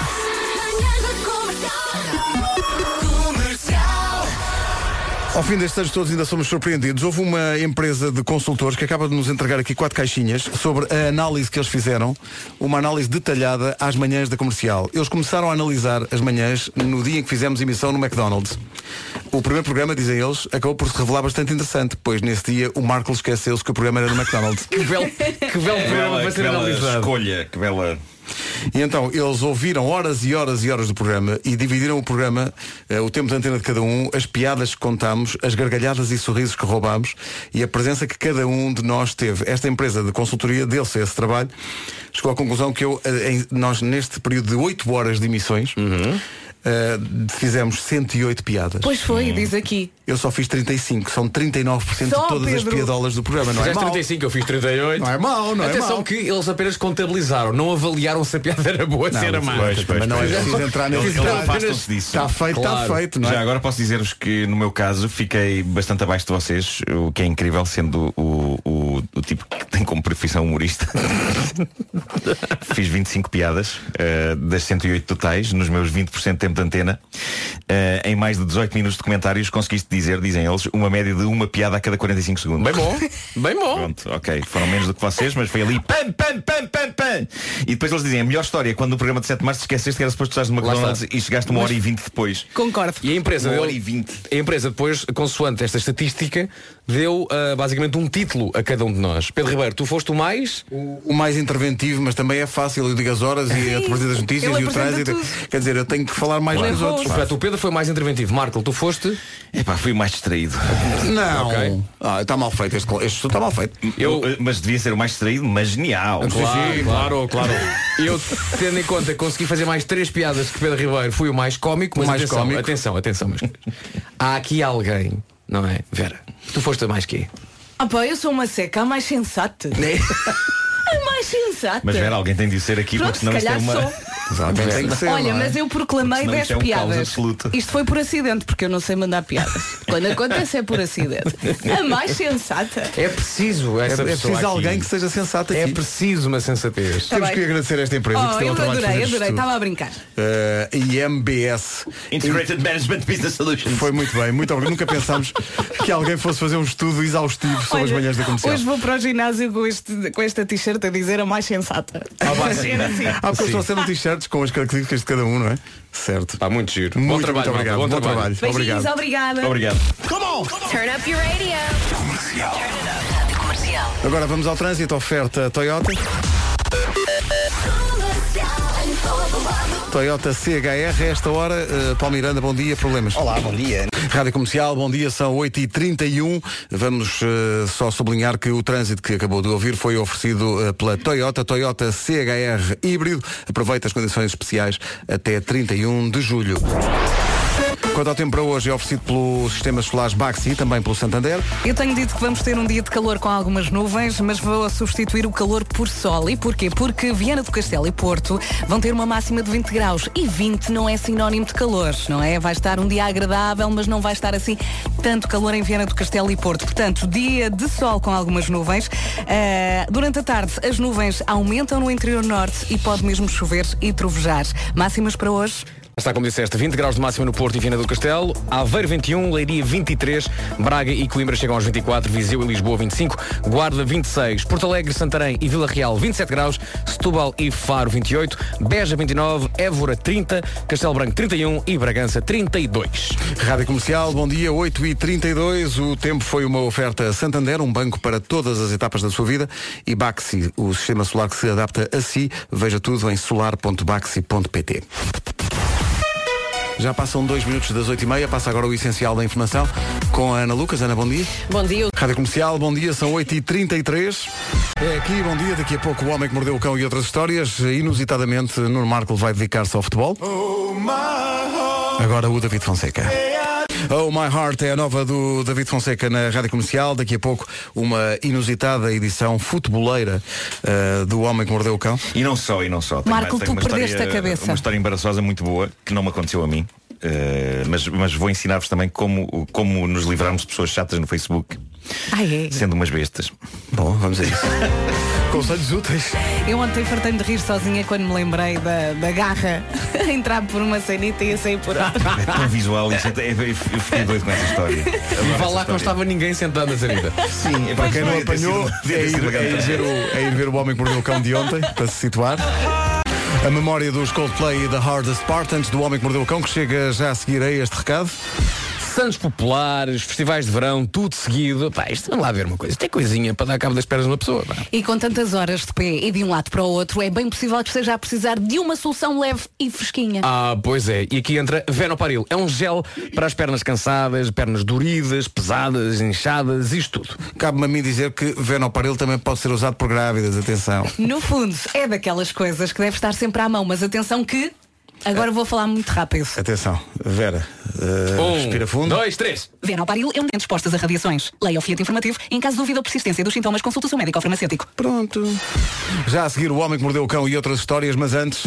Ao fim destes anos todos ainda somos surpreendidos. Houve uma empresa de consultores que acaba de nos entregar aqui quatro caixinhas sobre a análise que eles fizeram, uma análise detalhada às manhãs da Comercial. Eles começaram a analisar as manhãs no dia em que fizemos emissão no McDonald's. O primeiro programa, dizem eles, acabou por se revelar bastante interessante, pois nesse dia o Marco esqueceu-se que o programa era no McDonald's. Que belo, que belo programa vai ser analisado. Escolha, que bela... E então eles ouviram horas e horas e horas do programa e dividiram o programa, uh, o tempo de antena de cada um, as piadas que contámos, as gargalhadas e sorrisos que roubámos e a presença que cada um de nós teve. Esta empresa de consultoria deu-se a esse trabalho, chegou à conclusão que eu, uh, em, nós neste período de oito horas de emissões, uhum. Uh, fizemos cento e oito piadas. Pois foi, diz aqui. Eu só fiz trinta e cinco, são trinta e nove por cento Só, de todas Pedro. as piadolas do programa, não é Fizeste mau? trinta e cinco, eu fiz trinta e oito. Não é mau, não é Atenção mau. que eles apenas contabilizaram, não avaliaram se a piada era boa, se era má. Pois, pois, Mas não é pois. preciso entrar nesse Eles detalhe. afastam-se disso. Está feito, está Claro. feito, não é? Já agora posso dizer-vos que no meu caso fiquei bastante abaixo de vocês, o que é incrível, sendo o, o, o tipo que tem como profissão humorista. Fiz vinte e cinco piadas uh, das cento e oito totais, nos meus vinte por cento de tempo de antena. Uh, em mais de dezoito minutos de comentários conseguiste dizer, dizem eles, uma média de uma piada a cada quarenta e cinco segundos. Bem bom, bem bom. Pronto, ok, foram menos do que vocês, mas foi ali pam, pam, pam, pam, pam. E depois eles dizem, a melhor história é quando no programa de sete de março esqueceste que era suposto estar no McDonald's e chegaste uma hora e vinte depois. Concordo. E a empresa Uma deu, hora e vinte. a empresa depois, consoante esta estatística, deu uh, basicamente um título a cada um de nós. Pedro Ribeiro, tu foste o mais... O mais interventivo, mas também é fácil. Eu digo as horas e a apresentação das notícias ele e o apresenta trânsito. tudo. Quer dizer, eu tenho que falar mais Claro. que os outros. Portanto, o Pedro foi mais interventivo. Marco, tu foste... Epá, fui mais distraído. Não. Ok. Ah, está mal feito. Este, este estudo está mal feito. Eu, mas devia ser o mais distraído, mas genial. Claro, claro, claro. Eu, tendo em conta que consegui fazer mais três piadas que Pedro Ribeiro, fui o mais cómico, mas O mais atenção, cómico. atenção, atenção, mas há aqui alguém, não é? Vera, tu foste a mais quê? Ah pá, eu sou uma seca, a mais sensata. A mais sensata. Mas Vera, alguém tem de ser aqui, Pronto, porque senão se isto é calhar uma... sou. Exato, tem que ser, Olha, não é? mas eu proclamei Senão dez isto é um caos piadas. absoluto. Isto foi por acidente, porque eu não sei mandar piadas. Quando acontece é por acidente. A mais sensata. É preciso É, essa é pessoa preciso aqui. alguém que seja sensato aqui. É preciso uma sensatez. Tá Temos bem. que agradecer a esta empresa que se Oh, deu ao eu trabalho de fazer adorei, este adorei. estudo. Estava a brincar. Uh, I M B S. Integrated Management Business Solutions. Foi muito bem, muito obrigado. Nunca pensámos que alguém fosse fazer um estudo exaustivo sobre as Olha, manhãs da Comercial. hoje vou para o ginásio com, este, com esta t-shirt a dizer a mais sensata. Ah, vai Ser sim. assim. Ah, porque eles trouxeram t-shirts com as características de cada um, não é? Certo. Está muito giro. Muito, bom trabalho, muito obrigado. malta, Bom, trabalho. Beijinhos, Obrigado. obrigada. Obrigado. Turn up your radio. Rádio Comercial. Agora vamos ao trânsito. Oferta Toyota. Toyota C H R, esta hora, uh, Paulo Miranda, bom dia, problemas. Olá, bom dia. Rádio Comercial, bom dia, são oito e trinta e um. Vamos uh, só sublinhar que o trânsito que acabou de ouvir foi oferecido uh, pela Toyota, Toyota C H R híbrido. Aproveita as condições especiais até trinta e um de julho. Quanto ao tempo para hoje, é oferecido pelo Sistema Solares Baxi, também pelo Santander. Eu tenho dito que vamos ter um dia de calor com algumas nuvens, mas vou substituir o calor por sol. E porquê? Porque Viana do Castelo e Porto vão ter uma máxima de vinte graus. E vinte não é sinónimo de calor, não é? Vai estar um dia agradável, mas não vai estar assim tanto calor em Viana do Castelo e Porto. Portanto, dia de sol com algumas nuvens. Uh, durante a tarde, as nuvens aumentam no interior norte e pode mesmo chover e trovejar. Máximas para hoje? Está como disseste, vinte graus de máxima no Porto e Viana do Castelo, Aveiro vinte e um, Leiria vinte e três, Braga e Coimbra chegam aos vinte e quatro, Viseu e Lisboa vinte e cinco, Guarda vinte e seis, Porto Alegre, Santarém e Vila Real vinte e sete graus, Setúbal e Faro vinte e oito, Beja vinte e nove, Évora trinta, Castelo Branco trinta e um e Bragança trinta e dois. Rádio Comercial, bom dia, oito e trinta e dois. O tempo foi uma oferta Santander, um banco para todas as etapas da sua vida, e Baxi, o sistema solar que se adapta a si. Veja tudo em solar ponto baxi ponto pt. Já passam dois minutos das oito e meia, passa agora o essencial da informação com a Ana Lucas. Ana, bom dia. Bom dia. Rádio Comercial, bom dia, são oito e trinta e três. É aqui, bom dia, daqui a pouco o Homem que Mordeu o Cão e outras histórias. Inusitadamente, Nuno Marco vai dedicar-se ao futebol. Agora o David Fonseca. Oh My Heart é a nova do David Fonseca na Rádio Comercial. Daqui a pouco uma inusitada edição futeboleira uh, do Homem que Mordeu o Cão. E não só, e não só. Marco, Tenho tu uma perdeste história, a cabeça. Uma história embaraçosa muito boa, que não me aconteceu a mim. Uh, mas, mas vou ensinar-vos também como, como nos livrarmos de pessoas chatas no Facebook. Ah, é? Sendo umas bestas. Bom, vamos a isso. Conselhos úteis. Eu ontem fartei-me de rir sozinha quando me lembrei da, da garra a entrar por uma cenita e a sair por outra. É tão visual, isso é, eu fiquei doido com essa história. E vá lá que não estava ninguém sentado na sanita. Sim, é para quem não apanhou, é ir, é, ir ver o, é ir ver o Homem que Mordeu o Cão de ontem, para se situar. A memória dos Coldplay e The Hardest Spartans do Homem que Mordeu o Cão, que chega já a seguir a este recado. Santos populares, festivais de verão, tudo seguido. Pá, isto vamos lá ver uma coisa. Isto é coisinha para dar cabo das pernas de uma pessoa. Pá. E com tantas horas de pé e de um lado para o outro, é bem possível que esteja a precisar de uma solução leve e fresquinha. Ah, pois é. E aqui entra Venoparil. É um gel para as pernas cansadas, pernas doridas, pesadas, inchadas, isto tudo. Cabe-me a mim dizer que Venoparil também pode ser usado por grávidas, atenção. No fundo, é daquelas coisas que deve estar sempre à mão, mas atenção que... Agora vou falar muito rápido. Atenção, Vera, uh, um, respira fundo. Dois, três. Venoparil é um dente expostas a radiações. Leia o folheto informativo. Em caso de dúvida ou persistência dos sintomas, consulte o seu médico ou farmacêutico. Pronto. Já a seguir o Homem que Mordeu o Cão e outras histórias, mas antes...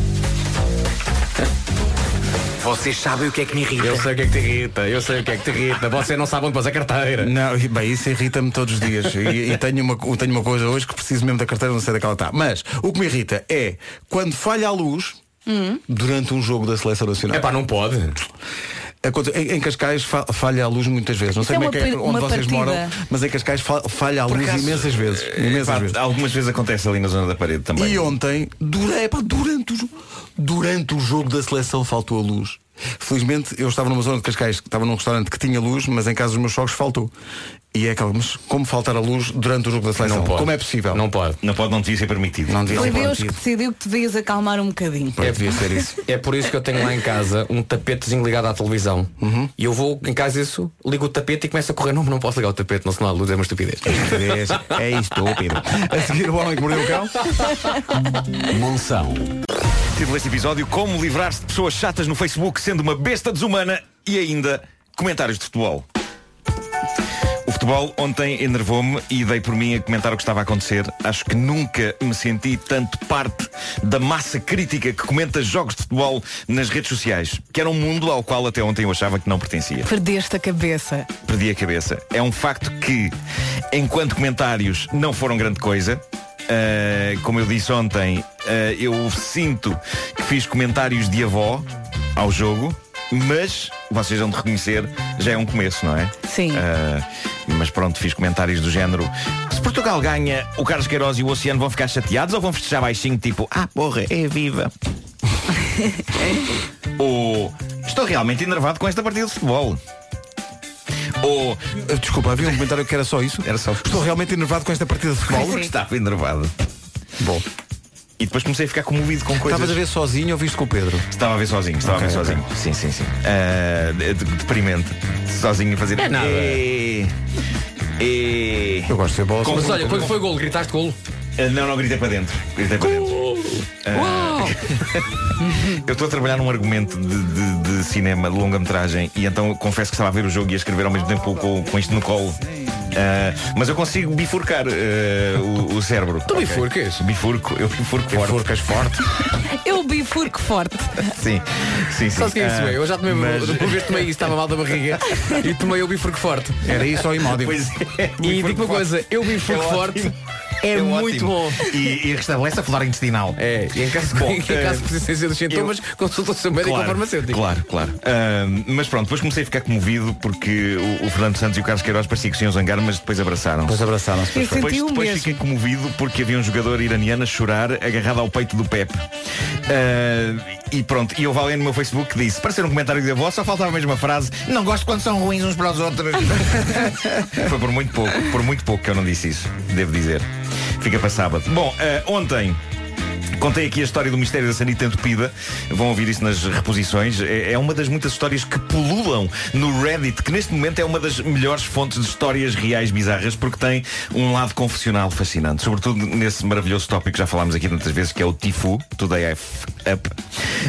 Vocês sabem o que é que me irrita. Eu sei o que é que te irrita, eu sei o que é que te irrita. Você não sabe onde pôs a carteira. Não, bem, isso irrita-me todos os dias. E, e tenho, uma, tenho uma coisa hoje que preciso mesmo da carteira, não sei daquela está. Mas o que me irrita é quando falha a luz hum. durante um jogo da Seleção Nacional. É pá, não pode. Em, em Cascais fa, falha a luz muitas vezes. Não isso sei é como é que é onde vocês partida. moram, mas em Cascais fa, falha a Por luz acaso, imensas vezes. Imensas pá, vezes. Algumas vezes acontece ali na zona da parede também. E ontem, dura, é pá, durante, o, durante o jogo da seleção faltou a luz. Felizmente eu estava numa zona de Cascais, que estava num restaurante que tinha luz, mas em casa dos meus sogros faltou. E é aquela, mas como faltar a luz durante o jogo da seleção? Não pode. Como é possível? Não pode. Não pode, não devia ser permitido. Não devia Foi ser Deus permitido. que decidiu que te devias acalmar um bocadinho. É, devia ser isso. É por isso que eu tenho lá em casa um tapetezinho ligado à televisão. Uhum. E eu vou em casa isso, ligo o tapete e começo a correr. Não, não posso ligar o tapete, não se não há luz, é uma estupidez. Estupidez. É estúpido. A seguir o Homem que Mordeu o Cão. Monção. Título deste episódio: como livrar-se de pessoas chatas no Facebook sendo uma besta desumana. E ainda comentários de futebol. O futebol ontem enervou-me e dei por mim a comentar o que estava a acontecer. Acho que nunca me senti tanto parte da massa crítica que comenta jogos de futebol nas redes sociais, que era um mundo ao qual até ontem eu achava que não pertencia. Perdeste a cabeça. Perdi a cabeça. É um facto que, enquanto comentários não foram grande coisa, uh, como eu disse ontem, uh, eu sinto que fiz comentários de avó ao jogo, mas vocês vão de reconhecer, já é um começo, não é? Sim. Uh, mas pronto, fiz comentários do género: se Portugal ganha, o Carlos Queiroz e o Oceano vão ficar chateados ou vão festejar baixinho, tipo, ah porra, é viva. Ou estou realmente enervado com esta partida de futebol. Ou desculpa, havia um comentário que era só isso? Era só. Estou realmente enervado com esta partida de futebol. Porque estava enervado. Bom. E depois comecei a ficar comovido com coisas. Estavas a ver sozinho ou viste com o Pedro? Estava a ver sozinho, estava okay, a ver okay. sozinho. Sim, sim, sim. Uh, de, de, deprimente. Sozinho a fazer. É nada. E... E... Eu gosto de ver bola. Mas olha, quando foi golo, gritaste golo? Uh, não, não, gritei para dentro. Gritei para dentro. Uh... Eu estou a trabalhar num argumento de, de, de cinema, de longa-metragem, e então confesso que estava a ver o jogo e a escrever ao mesmo tempo com, com isto no colo. Uh, mas eu consigo bifurcar uh, o, o cérebro. Tu okay. bifurcas? Bifurco, eu bifurco forte. Bifurcas forte. Eu bifurco forte. Sim, sim, sim. Só se uh, isso, eu já tomei, mas... depois vez tomei isso, estava mal da barriga e tomei o bifurco forte. Era isso ou imóvel. Pois é, e digo uma coisa, eu bifurco é forte. É, é muito bom. E, e restabelece a flora intestinal. É, e em caso, bom, em caso de persistência dos sintomas, eu... consulta o seu médico claro, ou farmacêutico. Claro, claro. Uh, mas pronto, depois comecei a ficar comovido porque o, o Fernando Santos e o Carlos Queiroz parecia que se iam zangar, mas depois abraçaram-se. Depois abraçaram-se. Depois, depois, depois fiquei comovido porque havia um jogador iraniano a chorar agarrado ao peito do Pepe. Uh, e pronto, e houve alguém no meu Facebook que disse: para ser um comentário de avó, só faltava a mesma frase: não gosto quando são ruins uns para os outros. Foi por muito pouco, por muito pouco que eu não disse isso, devo dizer. Fica para sábado. Bom, uh, ontem contei aqui a história do mistério da sanita entupida. Vão ouvir isso nas reposições. É, é uma das muitas histórias que pululam no Reddit, que neste momento é uma das melhores fontes de histórias reais bizarras, porque tem um lado confessional fascinante. Sobretudo nesse maravilhoso tópico que já falámos aqui tantas vezes, que é o Tifu, Today I F Up.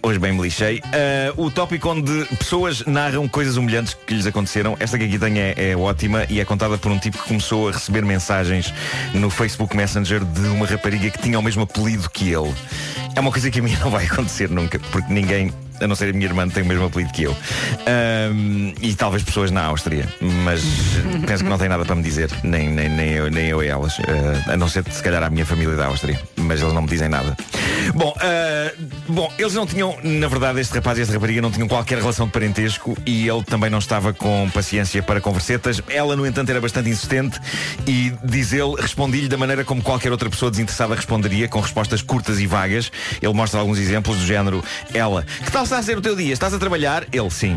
Hoje bem me lixei. Uh, o tópico onde pessoas narram coisas humilhantes que lhes aconteceram. Esta que aqui tenho é, é ótima e é contada por um tipo que começou a receber mensagens no Facebook Messenger de uma rapariga que tinha o mesmo apelido que ele. É uma coisa que a mim não vai acontecer nunca, porque ninguém, a não ser a minha irmã, tem o mesmo apelido que eu. Um, e talvez pessoas na Áustria. Mas penso que não tem nada para me dizer. Nem, nem, nem, eu, nem eu e elas. Uh, a não ser, se calhar, a minha família da Áustria. Mas eles não me dizem nada. Bom, uh, bom, eles não tinham, na verdade, este rapaz e esta rapariga não tinham qualquer relação de parentesco. E ele também não estava com paciência para conversetas. Ela, no entanto, era bastante insistente. E, diz ele, respondi-lhe da maneira como qualquer outra pessoa desinteressada responderia, com respostas curtas e vagas. Ele mostra alguns exemplos do género: ela, que tal está a ser o teu dia? Estás a trabalhar? Ele, sim.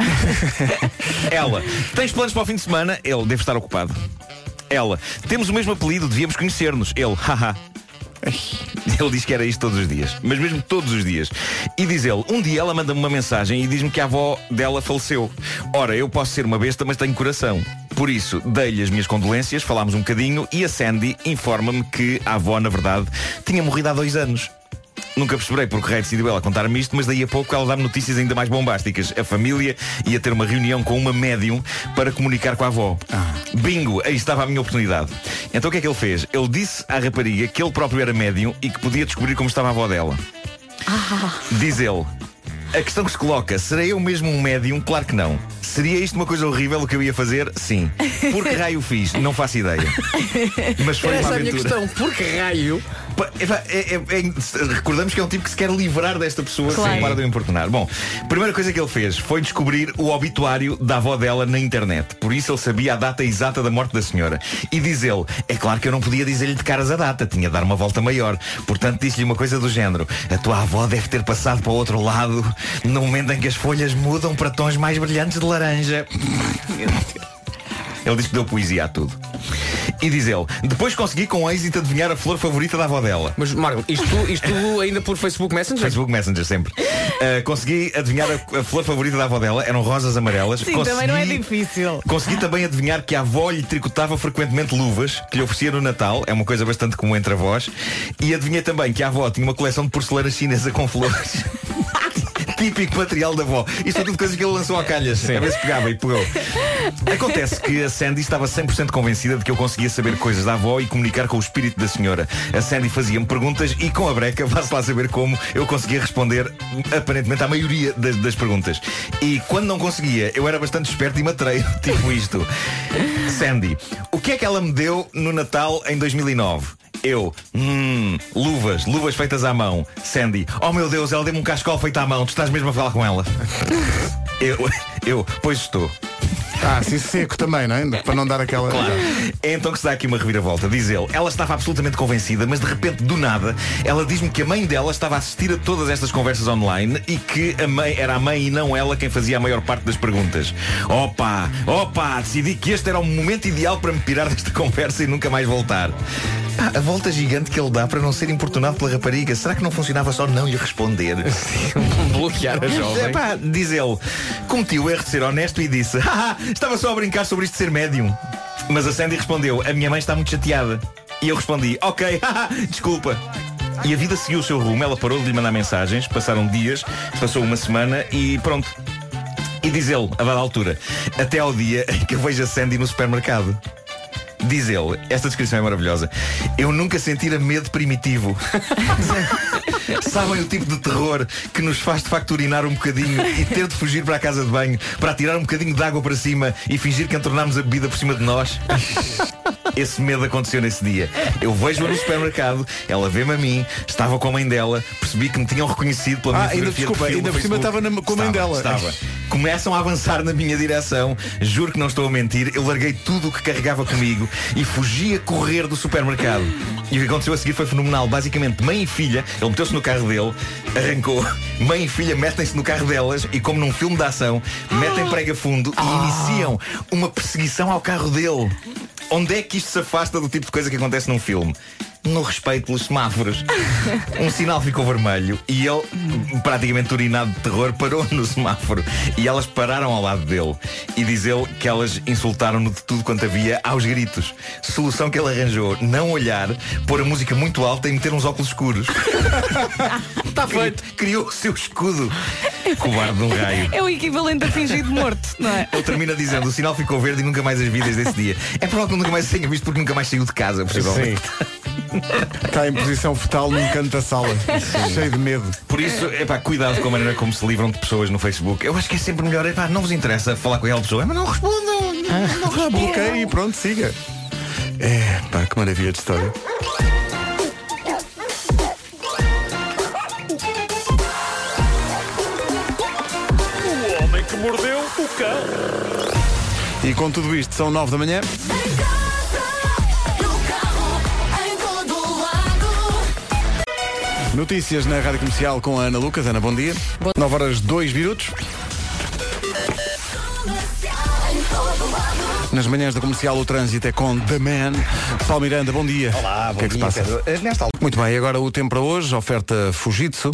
Ela, tens planos para o fim de semana? Ele, deve estar ocupado. Ela, temos o mesmo apelido, devíamos conhecer-nos. Ele, haha. Ele diz que era isto todos os dias, mas mesmo todos os dias. E diz ele, um dia ela manda-me uma mensagem e diz-me que a avó dela faleceu. Ora, eu posso ser uma besta, mas tenho coração. Por isso, dei-lhe as minhas condolências, falámos um bocadinho e a Sandy informa-me que a avó, na verdade, tinha morrido há dois anos. Nunca perceberei porque raio decidiu ela contar-me isto, mas daí a pouco ela dá-me notícias ainda mais bombásticas. A família ia ter uma reunião com uma médium para comunicar com a avó. Ah. Bingo, aí estava a minha oportunidade. Então o que é que ele fez? Ele disse à rapariga que ele próprio era médium e que podia descobrir como estava a avó dela. Ah. Diz ele, a questão que se coloca, serei eu mesmo um médium? Claro que não. Seria isto uma coisa horrível o que eu ia fazer? Sim. Por que raio fiz? Não faço ideia. Mas foi Essa uma é a minha aventura. questão. Por que raio? É, é, é, recordamos que é um tipo que se quer livrar desta pessoa, claro, sem parar de o importunar. Bom, a primeira coisa que ele fez foi descobrir o obituário da avó dela na internet. Por isso ele sabia a data exata da morte da senhora. E diz ele, é claro que eu não podia dizer-lhe de caras a data, tinha de dar uma volta maior. Portanto disse-lhe uma coisa do género, a tua avó deve ter passado para o outro lado no momento em que as folhas mudam para tons mais brilhantes de laranja. Ele diz que deu poesia a tudo. E diz ele, depois consegui com êxito adivinhar a flor favorita da avó dela. Mas Marco, isto, isto ainda por Facebook Messenger? Facebook Messenger, sempre. Uh, consegui adivinhar a, a flor favorita da avó dela, eram rosas amarelas. Sim, consegui, também não é difícil. Consegui também adivinhar que a avó lhe tricotava frequentemente luvas, que lhe oferecia no Natal, é uma coisa bastante comum entre avós. E adivinhei também que a avó tinha uma coleção de porcelana chinesa com flores. Típico material da avó. Isto é tudo coisas que ele lançou a calhas. Sim. A ver se pegava e pegou. Acontece que a Sandy estava cem por cento convencida de que eu conseguia saber coisas da avó e comunicar com o espírito da senhora. A Sandy fazia-me perguntas e com a breca, vá-se lá saber como, eu conseguia responder aparentemente à maioria das, das perguntas. E quando não conseguia, eu era bastante esperto e matreiro. Tipo isto. Sandy, o que é que ela me deu no Natal em dois mil e nove? Eu, hum, luvas, luvas feitas à mão. Sandy, oh meu Deus, ela deu-me um cascol feito à mão. Tu estás mesmo a falar com ela? Eu, eu, pois estou. Ah, sim, seco também, não é? Para não dar aquela... Claro. É então que se dá aqui uma reviravolta. Diz ele, ela estava absolutamente convencida, mas de repente, do nada, ela diz-me que a mãe dela estava a assistir a todas estas conversas online e que a mãe, era a mãe e não ela quem fazia a maior parte das perguntas. Opa, opa, decidi que este era o momento ideal para me pirar desta conversa e nunca mais voltar. Pá, a volta gigante que ele dá para não ser importunado pela rapariga. Será que não funcionava só não lhe responder? Bloquear a jovem. É, pá, diz ele, cometi o erro de ser honesto e disse, haha, estava só a brincar sobre isto de ser médium. Mas a Sandy respondeu, a minha mãe está muito chateada. E eu respondi, ok, haha, desculpa. E a vida seguiu o seu rumo. Ela parou de lhe mandar mensagens. Passaram dias, passou uma semana e pronto. E diz ele, a dada altura, até ao dia em que eu vejo a Sandy no supermercado. Diz ele, esta descrição é maravilhosa. Eu nunca sentira medo primitivo. Sabem o tipo de terror que nos faz de facto urinar um bocadinho e ter de fugir para a casa de banho para atirar um bocadinho de água para cima e fingir que entornámos a bebida por cima de nós? Esse medo aconteceu nesse dia. Eu vejo-a no supermercado, ela vê-me a mim, estava com a mãe dela, percebi que me tinham reconhecido pela minha ah, ainda, fotografia desculpa, de perfil ainda no por cima estava na, com a mãe estava, dela. Estava. Começam a avançar na minha direção. Juro que não estou a mentir. Eu larguei tudo o que carregava comigo e fugi a correr do supermercado. E o que aconteceu a seguir foi fenomenal. Basicamente, mãe e filha, ele meteu-se no carro dele, arrancou, mãe e filha metem-se no carro delas e, como num filme de ação, metem prega fundo e iniciam uma perseguição ao carro dele. Onde é que isto se afasta do tipo de coisa que acontece num filme? no respeito pelos semáforos. Um sinal ficou vermelho e ele, praticamente urinado de terror, parou no semáforo. E elas pararam ao lado dele. E diz ele que elas insultaram-no de tudo quanto havia aos gritos. Solução que ele arranjou: não olhar, pôr a música muito alta e meter uns óculos escuros. Está feito. Criou o seu escudo. Cobarde de um raio. É o equivalente a fingir de morto, não é? Ele termina dizendo: o sinal ficou verde e nunca mais as vi desde esse dia. É provável que nunca mais se tenha visto porque nunca mais saiu de casa, possivelmente. Está em posição fetal num canto da sala, cheio de medo. Por isso, epá, cuidado com a maneira como se livram de pessoas no Facebook. Eu acho que é sempre melhor, epá, não vos interessa falar com aquela pessoa, mas não respondam, Ah, não respondam. bloqueie e pronto, siga. É, pá, que maravilha de história. O homem que mordeu o cão. E com tudo isto, são nove da manhã. Notícias na Rádio Comercial com a Ana Lucas. Ana, bom dia. nove horas dois minutos. Nas manhãs da Comercial, o trânsito é com The Man. Paulo Miranda, bom dia. Olá, O bom que é que se dia, passa? Pedro. Nesta altura... Muito bem, agora o tempo para hoje, oferta Fujitsu.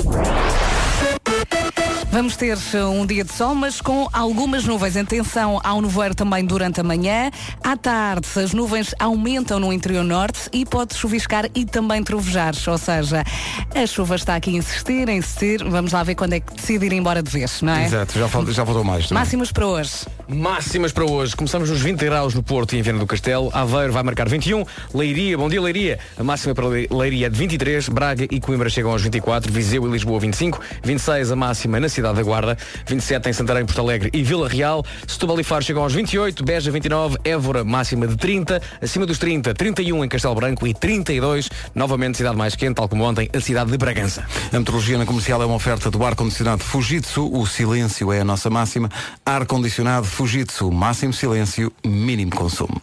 Vamos ter um dia de sol, mas com algumas nuvens. Atenção ao nevoeiro também durante a manhã. À tarde, as nuvens aumentam no interior norte e pode chuviscar e também trovejar. Ou seja, a chuva está aqui a insistir, a insistir. Vamos lá ver quando é que decide ir embora de vez, não é? Exato, já, fal- já faltou mais. também. Máximas para hoje. Máximas para hoje. Começamos nos vinte graus no Porto e em Viana do Castelo. Aveiro vai marcar vinte e um. Leiria, bom dia Leiria. A máxima para Le- Leiria é de vinte e três. Braga e Coimbra chegam aos vinte e quatro. Viseu e Lisboa vinte e cinco. vinte e seis a máxima na cidade da Guarda. vinte e sete em Santarém, Porto Alegre e Vila Real. Setúbal e Faro chegam aos vinte e oito. Beja vinte e nove. Évora máxima de trinta. Acima dos trinta, trinta e um em Castelo Branco e trinta e dois. Novamente cidade mais quente, tal como ontem, a cidade de Bragança. A meteorologia na Comercial é uma oferta do ar-condicionado Fujitsu. O silêncio é a nossa máxima. Ar-condicionado Fujitsu. Máximo silêncio, mínimo consumo.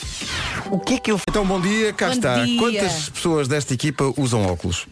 O que é que eu... Então, bom dia, cá Bom está. dia. Quantas pessoas desta equipa usam óculos?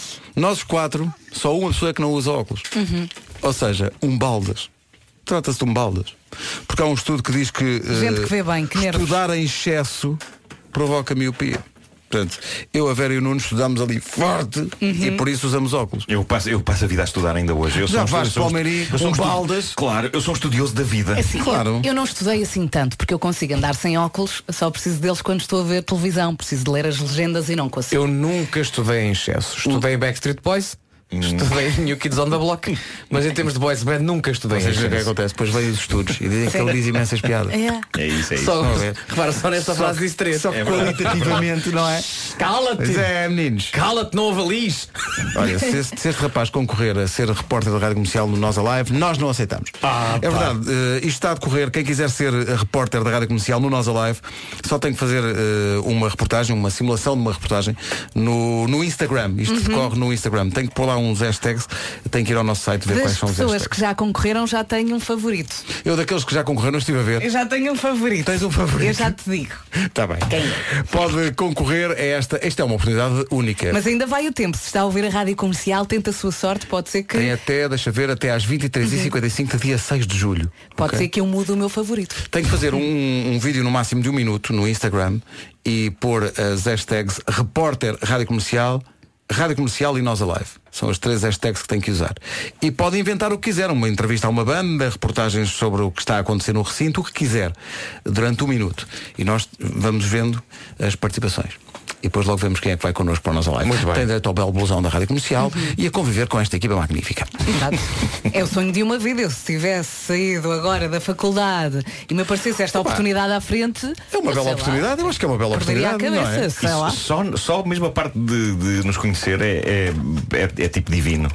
Nós quatro, só uma pessoa é que não usa óculos. Uhum. Ou seja, um baldas. Trata-se de um baldas. Porque há um estudo que diz que, Gente eh, que vê bem, que nervos. estudar em excesso provoca miopia. Portanto, eu, a Vera e o Nuno estudamos ali forte Uhum. e por isso usamos óculos. Eu passo, eu passo a vida a estudar ainda hoje. Eu Já sou um vais estu- eu sou um Palmeirim, estu- eu sou um estu- baldas. Claro, eu sou um estudioso da vida. É assim, Claro. eu, eu não estudei assim tanto, porque eu consigo andar sem óculos, só preciso deles quando estou a ver televisão, preciso de ler as legendas e não consigo. Eu nunca estudei em excesso. Estudei em Backstreet Boys. Estudei em New Kids on the Block. Mas em termos de boys band nunca estudei em Vocês veem o que excesso. acontece? Depois vêm os estudos e dizem que Sim. ele diz imensas piadas. É. É isso, é isso. Só, Estão a ver? repara só nesta Só frase que- disse três. Só que É verdade. qualitativamente, não é? Cala-te! Mas é, meninos. Cala-te, não avalies! Olha, se este, se este rapaz concorrer a ser repórter da Rádio Comercial no Nós Alive, nós não aceitamos. Ah, é verdade, eh, isto está a decorrer. Quem quiser ser eh, repórter da Rádio Comercial no Nós Alive só tem que fazer eh, uma reportagem, uma simulação de uma reportagem no, no Instagram. Isto Uhum. decorre no Instagram. Tem que pôr lá uns hashtags, tem que ir ao nosso site ver Das quais são os pessoas hashtags. que já concorreram já tenho um favorito. Eu daqueles que já concorreram estive a ver. Eu já tenho um favorito. Tens um favorito? Eu já te digo. Está bem. Pode concorrer a esta. Esta é uma oportunidade única. Mas ainda vai o tempo. Se está a ouvir a rádio comercial, tenta a sua sorte. Pode ser que. Tem até, deixa ver, até às vinte e três e cinquenta e cinco do dia seis de julho. Pode Ok? ser que eu mude o meu favorito. Tem que fazer um, um vídeo no máximo de um minuto no Instagram e pôr as hashtags repórter Rádio Comercial, Rádio Comercial e Nós Alive. São as três hashtags que tem que usar. E pode inventar o que quiser. Uma entrevista a uma banda, reportagens sobre o que está a acontecer no recinto, o que quiser, durante um minuto. E nós vamos vendo as participações. E depois logo vemos quem é que vai connosco para o Nós Alive. Muito bem. Tem direito ao belo blusão da Rádio Comercial e a conviver com esta equipa magnífica. Exato. É o sonho de uma vida. Eu, se tivesse saído agora da faculdade e me aparecesse esta oportunidade à frente. É uma eu sei bela lá, oportunidade, eu acho que é uma bela perderia a oportunidade. cabeça, não é? sei lá. Só, só mesmo a parte de, de nos conhecer é, é, é, é tipo divino.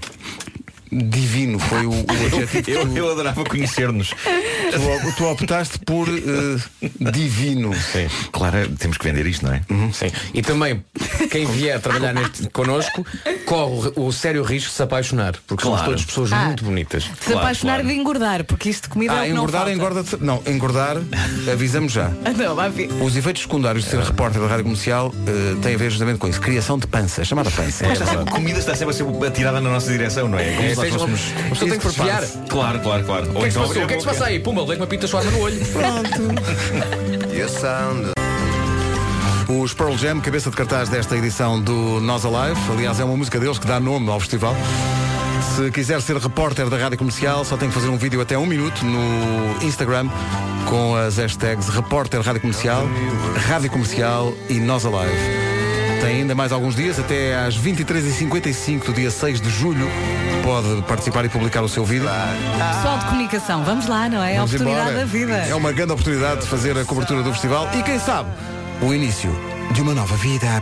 Divino foi o, o adjetivo. Eu, eu adorava conhecer-nos. Tu, tu optaste por eh, divino. Sim. Claro, temos que vender isto, não é? Sim. E também, quem vier trabalhar neste connosco, corre o, o sério risco de se apaixonar. Porque somos Claro. todas pessoas Ah. muito bonitas. De se apaixonar e de engordar, porque isto de comida é Ah, o que não engordar, falta. engorda. Não, engordar, avisamos já. Ah, não, vai ver. Os efeitos secundários de ser repórter da Rádio Comercial eh, têm a ver justamente com isso. Criação de pança, chamada pança. Mas está sempre- a comida está sempre a ser atirada na nossa direção, não é? Como É, se nós seja, fôssemos- uma pessoa tem que Isso desviar. prepara-se. Claro, claro, claro. O que é que se passou? O que é que se passa aí? Pumba, levei uma pita suave no olho. Os Pearl Jam, cabeça de cartaz desta edição do Nós Alive. Aliás, é uma música deles que dá nome ao festival. Se quiser ser repórter da Rádio Comercial, só tem que fazer um vídeo até um minuto no Instagram com as hashtags Repórter Rádio Comercial, Rádio Comercial e Nós Alive. Tem ainda mais alguns dias, até às vinte e três e cinquenta e cinco do dia seis de julho. Pode participar e publicar o seu vídeo. Pessoal de comunicação, vamos lá, não é? É a Vamos oportunidade embora. da vida. É uma grande oportunidade de fazer a cobertura do festival e, quem sabe, o início de uma nova vida.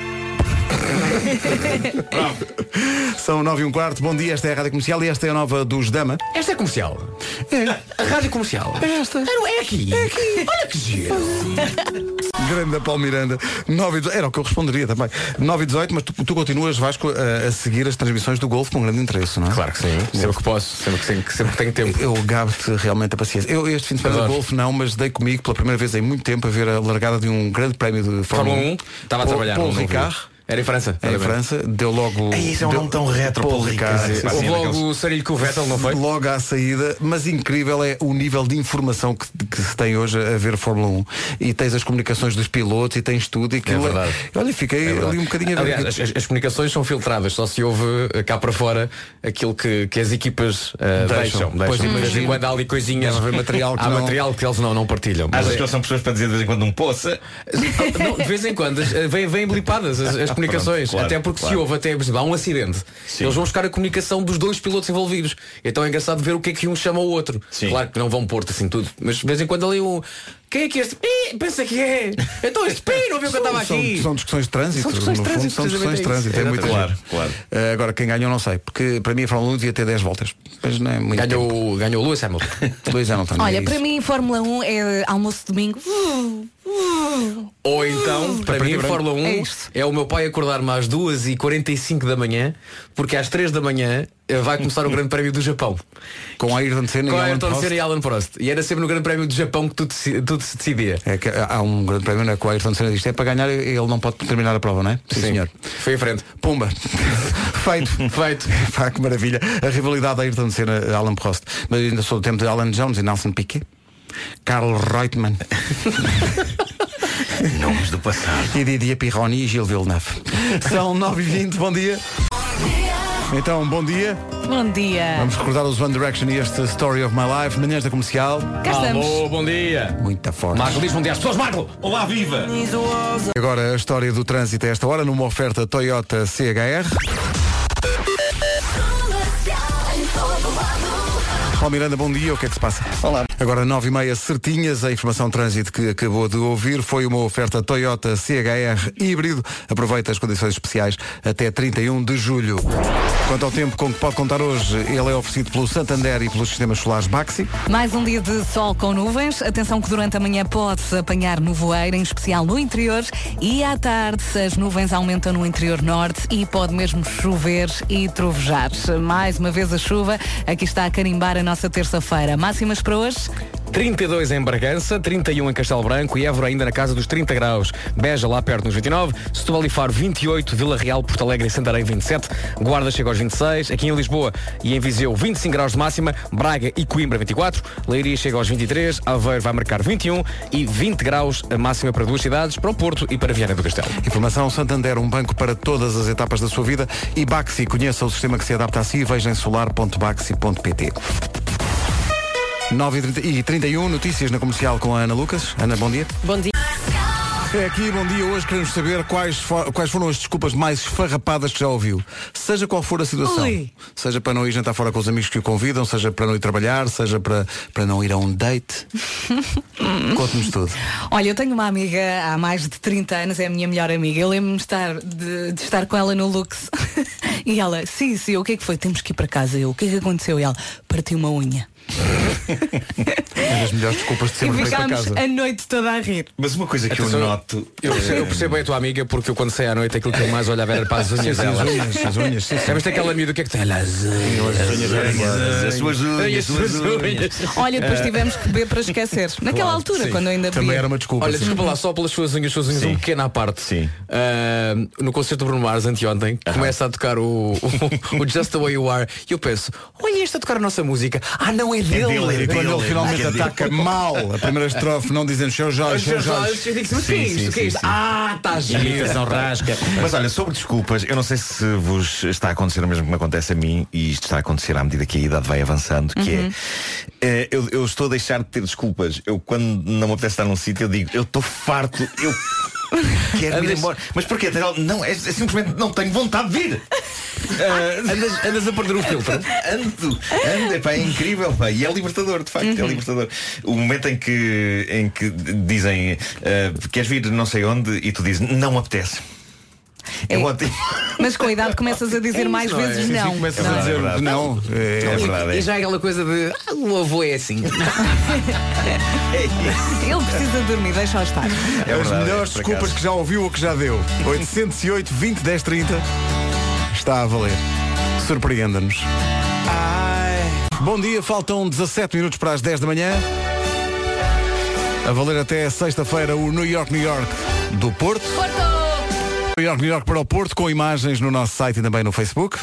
São nove e um quarto, bom dia, esta é a Rádio Comercial e esta é a nova dos Dama. Esta é comercial. É. A Rádio Comercial. É esta. Não é aqui. É aqui. Olha que giro. Grande Paulo Miranda. nove e dezoito, era o que eu responderia também. nove e dezoito, mas tu, tu continuas, Vasco, a, a seguir as transmissões do Golfe com grande interesse, não é? Claro que sim. Sempre que posso, sempre que, sempre, sempre que tenho tempo. Eu gabo-te realmente a paciência. Eu este fim de semana do Golfe não, mas dei comigo pela primeira vez em muito tempo a ver a largada de um grande prémio de Fórmula um. Estava a trabalhar. Paul Ricard. Era em França. Era em França, deu logo. É isso, é um nome tão retro, Paul Ricard. Houve logo o sarilho com o Vettel, não foi? Logo à saída, mas incrível é o nível de informação que, que se tem hoje a ver Fórmula um. E tens as comunicações dos pilotos e tens tudo. E aquilo é verdade. É... Olha, fiquei é ali um bocadinho a ver. Aliás, as, as comunicações são filtradas, só se ouve cá para fora aquilo que, que as equipas uh, deixam. deixam. Pois, de vez em imagino. quando há ali coisinhas. Deve haver material que há não- material que eles não, não partilham. Achas Mas que é- eles são pessoas para dizer de vez em quando um poça? Não, de vez em quando as- vêm, vêm blipadas as, as comunicações. Pronto, claro, até porque claro. se houve até, por exemplo, há um acidente. Sim. Eles vão buscar a comunicação dos dois pilotos envolvidos. Então é engraçado ver o que é que um chama ao outro. Sim. Claro que não vão pôr assim tudo. Mas de vez em quando ali um. Quem é que é este? Pi, pensa que é. Então este pi, não viu que eu estava São, aqui. são discussões de trânsito. São discussões no de fundo, trânsito, são discussões de trânsito. É muito Claro, giro. claro. Uh, agora, quem ganhou não sei, porque para mim a Fórmula um devia ter dez voltas. Mas não é muito tempo. Ganhou, ganhou o Lewis Hamilton. Lewis Hamilton. Olha, é para isso. mim Fórmula um é almoço de domingo. Ou então, para preto mim, e branco. Fórmula um É é, isto. o meu pai acordar-me às duas e quarenta e cinco da manhã, porque às três da manhã eh, vai começar o Grande Prémio do Japão. Com Ayrton Senna Com e a Alan Ayrton Prost. Senna e Alan Prost. E era sempre no Grande Prémio do Japão que tudo se, tudo se decidia. É que há um grande prémio, não é? Que o Ayrton Senna diz, é para ganhar, ele não pode terminar a prova, não é? Sim, senhor. Foi em frente. Pumba. Feito. Feito. Pá, que maravilha. A rivalidade da Ayrton Senna Alan Prost. Mas eu ainda sou do tempo de Alan Jones e Nelson Piquet. Karl Reutemann. Nomes do passado. E Didier Pironi e Gilles Villeneuve. São nove e vinte, bom dia. Então, bom dia. Bom dia. Vamos recordar os One Direction e este Story of My Life, manhãs da comercial. Cá estamos. Alô, bom dia. Muita forte. Marco, diz bom dia às pessoas, Marco. Olá, viva! Agora a história do trânsito a esta hora numa oferta Toyota C H R. Paulo Miranda, bom dia, o que é que se passa? Olá. Agora nove e meia certinhas, a informação de trânsito que acabou de ouvir foi uma oferta Toyota C H R híbrido. Aproveita as condições especiais até trinta e um de julho. Quanto ao tempo com que pode contar hoje, ele é oferecido pelo Santander e pelos sistemas solares Baxi. Mais um dia de sol com nuvens. Atenção que durante a manhã pode-se apanhar nevoeiro, em especial no interior. E à tarde as nuvens aumentam no interior norte e pode mesmo chover e trovejar. Mais uma vez a chuva. Aqui está a carimbar a nossa terça-feira. Máximas para hoje? trinta e dois em Bragança, trinta e um em Castelo Branco e Évora ainda na casa dos trinta graus. Beja lá perto nos vinte e nove, Setúbal e Faro vinte e oito, Vila Real, Porto Alegre e Santarém vinte e sete, Guarda chega aos vinte e seis, aqui em Lisboa e em Viseu vinte e cinco graus de máxima, Braga e Coimbra vinte e quatro, Leiria chega aos vinte e três, Aveiro vai marcar vinte e um e vinte graus a máxima para duas cidades, para o Porto e para Viana do Castelo. Informação Santander, um banco para todas as etapas da sua vida. E Baxi, conheça o sistema que se adapta a si. Veja em solar ponto baxi ponto pt. nove e trinta e um, notícias na comercial com a Ana Lucas. Ana, bom dia. Bom dia. É aqui, bom dia. Hoje queremos saber quais, fo- quais foram as desculpas mais esfarrapadas que já ouviu. Seja qual for a situação. Ui. Seja para não ir jantar fora com os amigos que o convidam, seja para não ir trabalhar, seja para, para não ir a um date. Conte-nos tudo. Olha, eu tenho uma amiga há mais de trinta anos, é a minha melhor amiga. Eu lembro-me de estar, de, de estar com ela no Lux. E ela, sim, sim, o que é que foi? Temos que ir para casa. Eu, o que é que aconteceu? E ela, partiu uma unha. É das melhores desculpas de E sempre para ir para ficámos casa. a noite toda a rir. Mas uma coisa que Atenção, eu noto. Eu percebo, eu percebo bem a tua amiga porque eu quando saio à noite aquilo que eu mais olhava era para as unhas As dela. unhas, as unhas, sim, sim. Sabes aquela miúda, o que é que tem? Ela, as unhas. As suas unhas, as suas unhas. Olha, depois tivemos que beber para esquecer. Naquela Claro, altura, sim. quando eu ainda Também bebia. era uma desculpa. Olha, sim. desculpa lá, só pelas suas unhas, suas unhas, Sim. um pequeno à parte. Sim. Ah, no concerto do Bruno Mars anteontem, começa a tocar o, o, o Just the Way You Are e eu penso, olha este a tocar a nossa música. Ah não, não é dele. É dele, é e quando dele, ele finalmente é dele. ataca mal a primeira estrofe, não dizendo seu Jorge, seu Jorge. Eu digo, mas o que é isto? O que é isto? Ah, está giro. Imitação rasca. Mas olha, sobre desculpas, eu não sei se vos está a acontecer o mesmo que me acontece a mim, e isto está a acontecer à medida que a idade vai avançando, que Uhum. é, é eu, eu estou a deixar de ter desculpas. Eu, quando não me apetece estar num sítio, eu digo, eu estou farto, eu quero ir embora. Mas porquê? Não, é, é simplesmente não tenho vontade de vir. Uh, andas, andas a perder o filtro. Ando, ando, epá, é incrível, pá, e é libertador, de facto, Uhum. é libertador. O momento em que, em que dizem uh, queres vir não sei onde e tu dizes não me apetece. É, é ótimo. Mas com a idade começas a dizer É mais isso, não é? vezes Sim, sim, não. começas não. a dizer Não, não, é, É verdade, é. E já é aquela coisa de ah, o avô é assim. Ele precisa dormir, deixa-o estar. É As verdade, melhores por desculpas acaso. que já ouviu ou que já deu. oitocentos e oito, vinte, dez, trinta. Está a valer. Surpreenda-nos. Bom dia, faltam dezassete minutos para as dez da manhã. A valer até sexta-feira o New York, New York do Porto. Porto! New York, New York para o Porto, com imagens no nosso site e também no Facebook.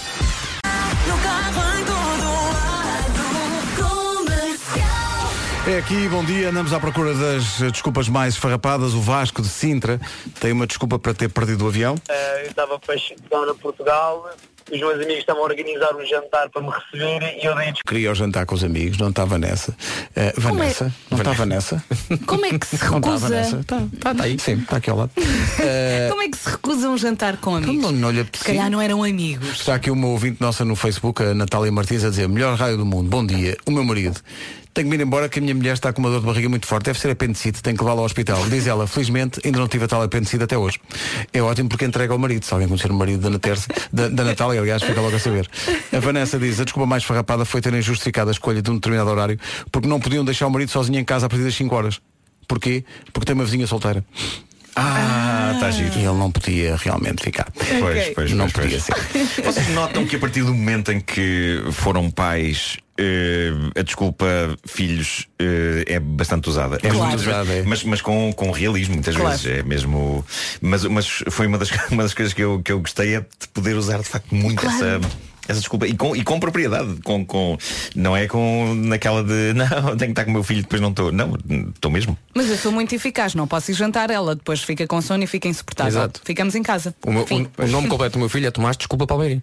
É aqui, bom dia, andamos à procura das eh, desculpas mais farrapadas. O Vasco de Sintra tem uma desculpa para ter perdido o avião. Uh, eu estava para chegar a Portugal, os meus amigos estavam a organizar um jantar para me receber e eu dei desculpa. Queria o jantar com os amigos, não estava nessa. Eh, Vanessa, é? não estava nessa. Como é que se Não estava recusa? nessa. Está tá, tá aí, sim, está aqui ao lado. Como é que se recusa um jantar com amigos? Não, não lhe Se apetecia. calhar não eram amigos. Está aqui uma ouvinte nossa no Facebook, a Natália Martins, a dizer: melhor raio do mundo, bom dia, o meu marido. Tenho que ir embora que a minha mulher está com uma dor de barriga muito forte. Deve ser apendicite, tenho que levá-la ao hospital. Diz ela, felizmente ainda não tive a tal apendicite até hoje. É ótimo porque entrega ao marido. Se alguém conhecer o marido da, Naterce, da, da Natália, aliás, fica logo a saber. A Vanessa diz, a desculpa mais farrapada foi terem justificado a escolha de um determinado horário porque não podiam deixar o marido sozinho em casa a partir das cinco horas. Porquê? Porque tem uma vizinha solteira. Ah, está giro. E ele não podia realmente ficar. Pois, pois, pois, Não pois. podia ser. Vocês notam que a partir do momento em que foram pais, eh, a desculpa filhos eh, é bastante usada. É Mas muito muitas usada, vezes- é. Mas, mas com, com realismo, muitas Claro. vezes. É mesmo. Mas, mas foi uma das, uma das coisas que eu, que eu gostei é de poder usar de facto muito Claro. essa. Essa desculpa, e com, e com propriedade, com, com, não é com naquela de não, tenho que estar com o meu filho, depois não estou. Não, estou mesmo. Mas eu sou muito eficaz, não posso ir jantar, ela depois fica com sono e fica insuportável. Exato. Ficamos em casa. O, meu- Fim. o- o nome completo do meu filho é Tomás Desculpa Palmeirinho.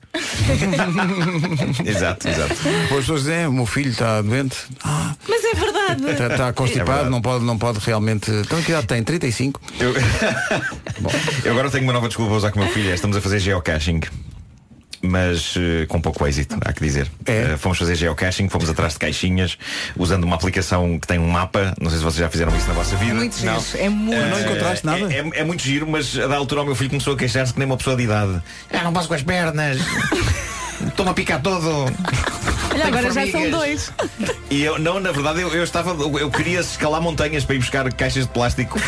Exato, exato. Depois as pessoas dizem, "É, o meu filho está doente. Ah, Mas é verdade. está, está É constipado, verdade. não pode, não pode realmente. Então que idade tem? trinta e cinco. Eu... eu agora tenho uma nova desculpa para usar com o meu filho. é, Estamos a fazer geocaching. Mas eh, com pouco êxito, há que dizer. É. Eh, fomos fazer geocaching, fomos atrás de caixinhas, usando uma aplicação que tem um mapa. Não sei se vocês já fizeram isso na vossa vida. É muito giro. Não. É muito Eh, Não encontraste nada? É, é- é muito giro, mas a da altura o meu filho começou a queixar-se que nem uma pessoa de idade. Ah, não passo com as pernas. Estou-me a picar todo. Olha, Tenho agora já são formigas. dois. E eu, não, na verdade, eu, eu estava. Eu, eu queria escalar montanhas para ir buscar caixas de plástico.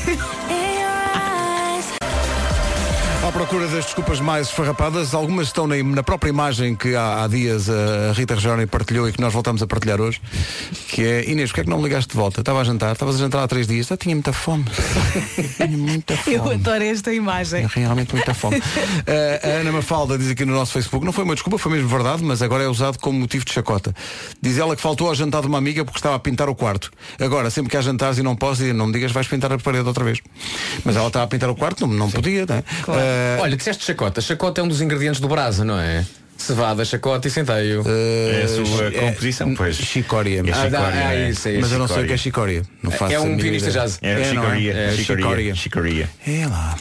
À procura das desculpas mais esfarrapadas, algumas estão na, na própria imagem que há, há dias a Rita Regioni partilhou e que nós voltamos a partilhar hoje, que é: Inês, porquê é que não me ligaste de volta? Estava a jantar, estavas a jantar há três dias, eu tinha muita fome. Tinha muita fome. Eu adoro esta imagem. Realmente muita fome. Uh, a Ana Mafalda diz aqui no nosso Facebook, não foi uma desculpa, foi mesmo verdade, mas agora é usado como motivo de chacota. Diz ela que faltou ao jantar de uma amiga porque estava a pintar o quarto. Agora, sempre que há jantares e não posso, diz, não me digas vais pintar a parede outra vez. Mas ela estava a pintar o quarto, não, não podia, né? Uh, Olha, disseste chacota. Chacota é um dos ingredientes do brasa, não é? Cevada, chacota e centeio. É a sua composição, pois. Chicória. É Ah, dá- chicória, ah, é. isso, é Mas eu não sei o chicória. que é chicória. Não faço É a um mínima pianista ideia. jazz. É, não é? chicoria, É chicoria, chicória. chicoria. É lá.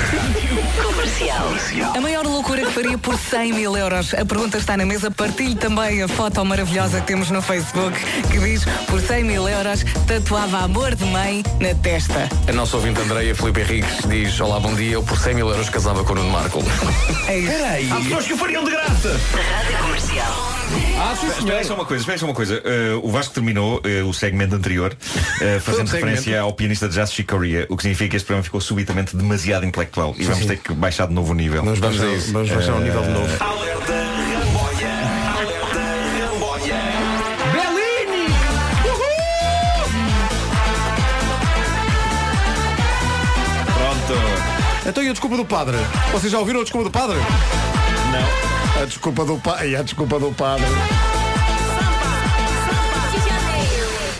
A maior loucura que faria por cem mil euros. A pergunta está na mesa. Partilhe também a foto maravilhosa que temos no Facebook que diz: por cem mil euros tatuava amor de mãe na testa. A nossa ouvinte Andreia Filipe Henriques diz: olá, bom dia, eu por cem mil euros casava com o Nuno Marco. É isso. Há pessoas que o fariam de graça. Rádio Comercial. Ah, sim, Espera aí só uma coisa, espera aí só uma coisa. Uh, o Vasco terminou uh, o segmento anterior uh, fazendo segmento. referência ao pianista de jazz Chick Corea, o que significa que este programa ficou subitamente demasiado intelectual e vamos ter que baixar de novo o nível. Vamos, Vamos a baixar, isso. vamos baixar o nível de novo. Alerta Ramboia, alerta Ramboia. Bellini! Pronto. Então e a desculpa do padre? Vocês já ouviram a desculpa do padre? Não. A desculpa do padre. E a desculpa do padre.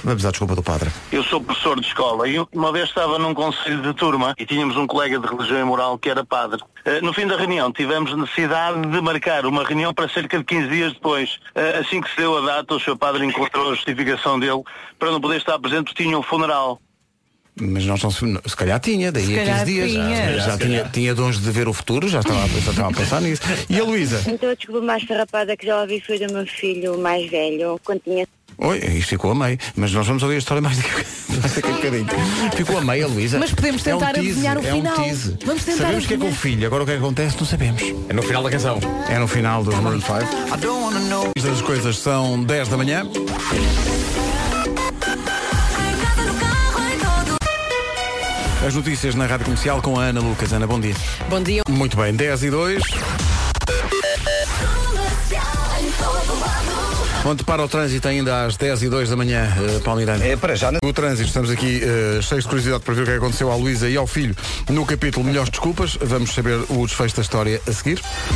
Vamos à desculpa do padre. Eu sou professor de escola e uma vez estava num conselho de turma e tínhamos um colega de religião e moral que era padre. Uh, no fim da reunião tivemos necessidade de marcar uma reunião para cerca de quinze dias depois. Uh, assim que se deu a data, o seu padre encontrou a justificação dele para não poder estar presente porque tinha um funeral. Mas nós não se, se calhar tinha, daí Se a quinze dias. tinha. Já, já tinha, tinha dons de ver o futuro, já estava, já estava a pensar nisso. E a Luísa? Então a desculpa mais farrapada que já ouvi foi do meu filho mais velho, quando tinha... Oi, isto ficou a meio, mas nós vamos ouvir a história mais daqui a um bocadinho. Ficou a meio, a Luísa. Mas podemos tentar é um tease, adivinhar o é final. Um tease. Vamos tentar Sabemos o que é com o adivinhar. filho, agora o que é que acontece não sabemos. É no final da canção. É no final do Maroon cinco. As coisas são dez da manhã. As notícias na Rádio Comercial com a Ana Lucas. Ana, bom dia. Bom dia. Muito bem, dez e dois. Onde para o trânsito ainda às dez e dois da manhã, uh, Paulo Miranda? É para já. O trânsito, estamos aqui uh, cheios de curiosidade para ver o que é que aconteceu à Luísa e ao filho no capítulo Melhores Desculpas. Vamos saber o desfecho da história a seguir.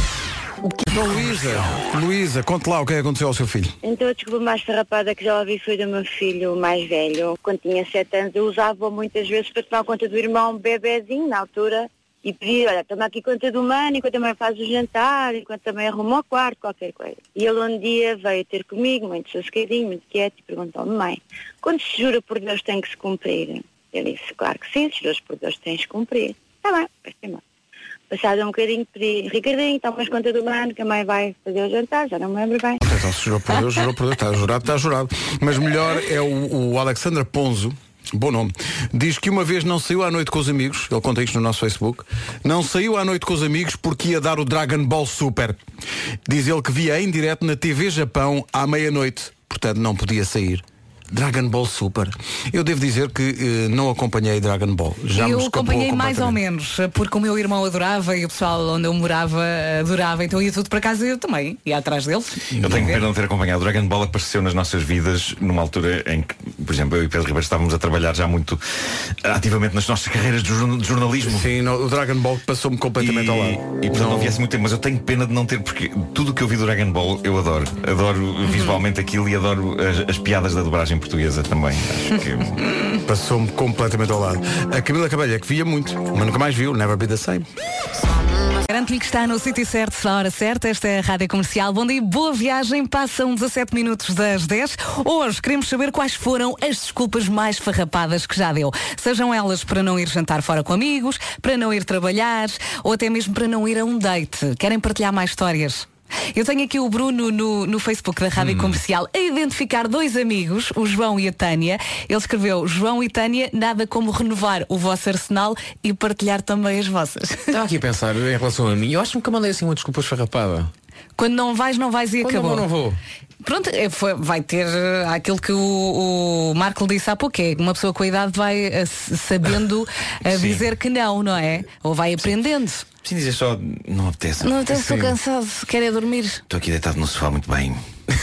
Então, Luísa, Luísa, conte lá o que é que aconteceu ao seu filho. Então a desculpa mais farrapada que já ouvi foi do meu filho mais velho. Quando tinha sete anos eu usava muitas vezes para tomar conta do irmão, um bebezinho na altura, e pedir, olha, toma aqui conta do mano enquanto também faz o jantar, enquanto também arruma o quarto, qualquer coisa. E ele um dia veio ter comigo, muito sossegadinho, muito quieto, e perguntou-me, mãe, quando se jura por Deus tem que se cumprir? Eu disse, claro que sim, se juras por Deus tens que cumprir. Está bem, vai ser mal. Passado um bocadinho pedi, Ricardinho, tomas conta do mano, que a mãe vai fazer o jantar, já não me lembro bem. Então, se jurou por Deus, jurou por Deus, está jurado, está jurado. Mas melhor é o, o Alexandre Ponzo, bom nome, diz que uma vez não saiu à noite com os amigos, ele conta isto no nosso Facebook, não saiu à noite com os amigos porque ia dar o Dragon Ball Super. Diz ele que via em direto na T V Japão à meia-noite, portanto não podia sair. Dragon Ball Super. Eu devo dizer que eh, não acompanhei Dragon Ball. Já eu me escapou acompanhei mais ou completamente. menos, porque o meu irmão adorava e o pessoal onde eu morava adorava, então ia tudo para casa e eu também ia atrás deles. Eu tenho pena de não ter acompanhado. O Dragon Ball apareceu nas nossas vidas numa altura em que, por exemplo, eu e Pedro Ribeiro estávamos a trabalhar já muito ativamente nas nossas carreiras de, jornal, de jornalismo. Sim, no, o Dragon Ball passou-me completamente e, ao lado. E portanto não, não vi assim muito tempo, mas eu tenho pena de não ter, porque tudo o que eu vi do Dragon Ball eu adoro. Adoro uhum. visualmente aquilo e adoro as, as piadas da dobragem portuguesa também. Acho que... Passou-me completamente ao lado. A Camila Cabello é que via muito, mas nunca mais viu, never be the same. Garanto-lhe que está no sítio certo, na hora certa. Esta é a Rádio Comercial. Bom dia, boa viagem. Passam dezassete minutos das dez. Hoje queremos saber quais foram as desculpas mais farrapadas que já deu. Sejam elas para não ir jantar fora com amigos, para não ir trabalhar ou até mesmo para não ir a um date. Querem partilhar mais histórias? Eu tenho aqui o Bruno no, no Facebook da Rádio hum. Comercial a identificar dois amigos, o João e a Tânia. Ele escreveu, João e Tânia, nada como renovar o vosso arsenal e partilhar também as vossas. Estava aqui a pensar em relação a mim, eu acho que nunca mandei assim uma desculpa esfarrapada. Quando não vais, não vais e Quando acabou. Não vou, não vou. Pronto, é, foi, vai ter uh, aquilo que o, o Marco disse há pouco, que é uma pessoa com a idade vai uh, sabendo uh, dizer que não, não é? Ou vai aprendendo. Sim, dizer só, não apetece. Não apetece, estou cansado, quero é dormir. Estou aqui deitado no sofá muito bem.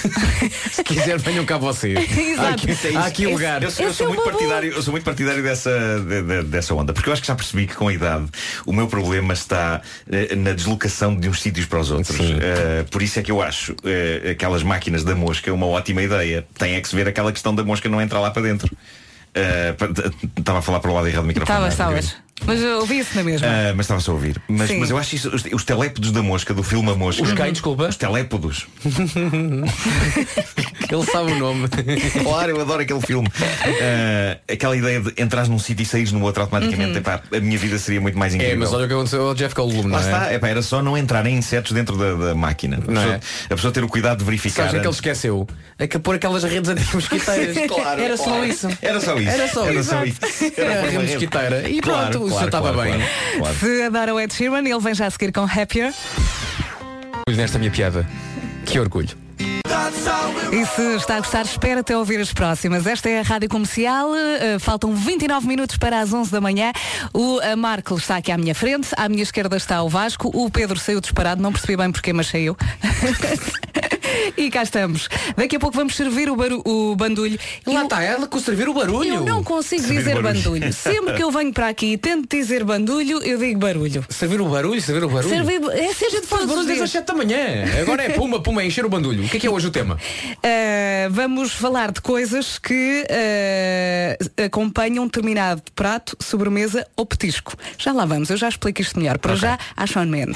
Se quiser, venham cá vocês. Exato. Há aqui, há aqui lugar. Eu, eu, eu, sou muito partidário, eu sou muito partidário dessa, de, de, dessa onda, porque eu acho que já percebi que com a idade o meu problema está uh, na deslocação de uns sítios para os outros. Uh, por isso é que eu acho uh, aquelas máquinas da mosca uma ótima ideia. Tem é que se ver aquela questão da mosca não entrar lá para dentro. Estava uh, a falar para o lado errado do microfone. Estava, estavas. Mas eu ouvi isso na mesma. Uh, mas estava só a ouvir. Mas, mas eu acho isso, os, os telépodos da mosca, do filme A Mosca. Os quem, desculpa? Os telépodos. Ele sabe o nome. Claro, eu adoro aquele filme. Uh, aquela ideia de entrar num sítio e sair no outro automaticamente. Uhum. Epá, a minha vida seria muito mais incrível. É, mas olha o que aconteceu ao Jeff Goldblum, não Lá é? está, epá, era só não entrarem insetos dentro da, da máquina. A pessoa, é? a pessoa ter o cuidado de verificar. Sabes o que ele esqueceu? É que pôr aquelas redes anti-mosquiteiras. Claro, Era claro. só isso. Era só isso. Era só Era isso. só isso. Era a uma rede rede. mosquiteira. E Claro, pronto, o claro, senhor estava claro, bem. claro, claro. Se adora o Ed Sheeran, ele vem já a seguir com Happier. Nesta minha piada. Que orgulho. E se está a gostar, espera até ouvir as próximas. Esta é a Rádio Comercial, uh, faltam vinte e nove minutos para as onze da manhã. O uh, Marco está aqui à minha frente, à minha esquerda está o Vasco, o Pedro saiu disparado, não percebi bem porquê, mas saiu. E cá estamos. Daqui a pouco vamos servir o, baru- o bandulho. Lá Eu- está ela com servir o barulho. Eu não consigo Servir dizer o barulho. bandulho. Sempre que eu venho para aqui e tento dizer bandulho, eu digo barulho. Servir o barulho, servir o barulho. Servir, é seja de Faz todos os barulho desde dias. as sete da manhã. Agora é puma, puma, é encher o bandulho. O que é que é hoje o tema? Uh, vamos falar de coisas que uh, acompanham um determinado prato, sobremesa ou petisco. Já lá vamos, eu já explico isto melhor. Para Ok. já, a Shawn Mendes.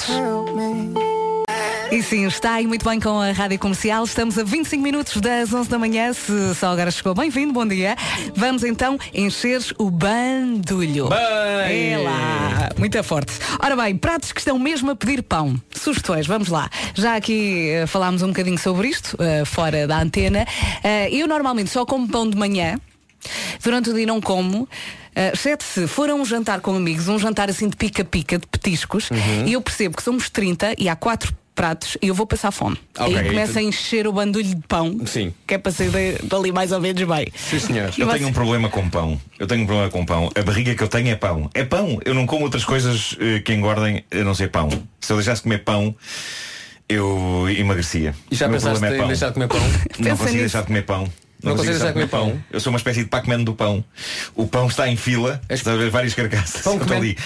E sim, está aí muito bem com a Rádio Comercial. Estamos a vinte e cinco minutos das onze da manhã. Se só agora chegou, bem-vindo, bom dia. Vamos então encher o bandulho. Bem. É lá, muito forte. Ora bem, pratos que estão mesmo a pedir pão. Sugestões, vamos lá. Já aqui uh, falámos um bocadinho sobre isto, uh, fora da antena. Uh, eu normalmente só como pão de manhã. Durante o dia não como. Uh, exceto se for a um jantar com amigos, um jantar assim de pica-pica, de petiscos, Uhum. e eu percebo que somos trinta e há quatro pratos e eu vou passar fome. Ok, Aí começa então- a encher o bandulho de pão, Sim. que é para sair de- dali mais ou menos bem. Sim, senhor. E Eu você- tenho um problema com pão. Eu tenho um problema com pão. A barriga que eu tenho é pão. É pão. Eu não como outras coisas eh, que engordem a não ser pão. Se eu deixasse de comer pão, eu emagrecia. E já O meu pensaste problema é em pão. deixar de comer pão? Não Pensa consigo nisso. deixar de comer pão. Não consigo consegues deixar de comer pão? Eu sou uma espécie de Pac-Man do pão. O pão está em fila. Está a ver várias carcaças. Pão Eu estou que ali.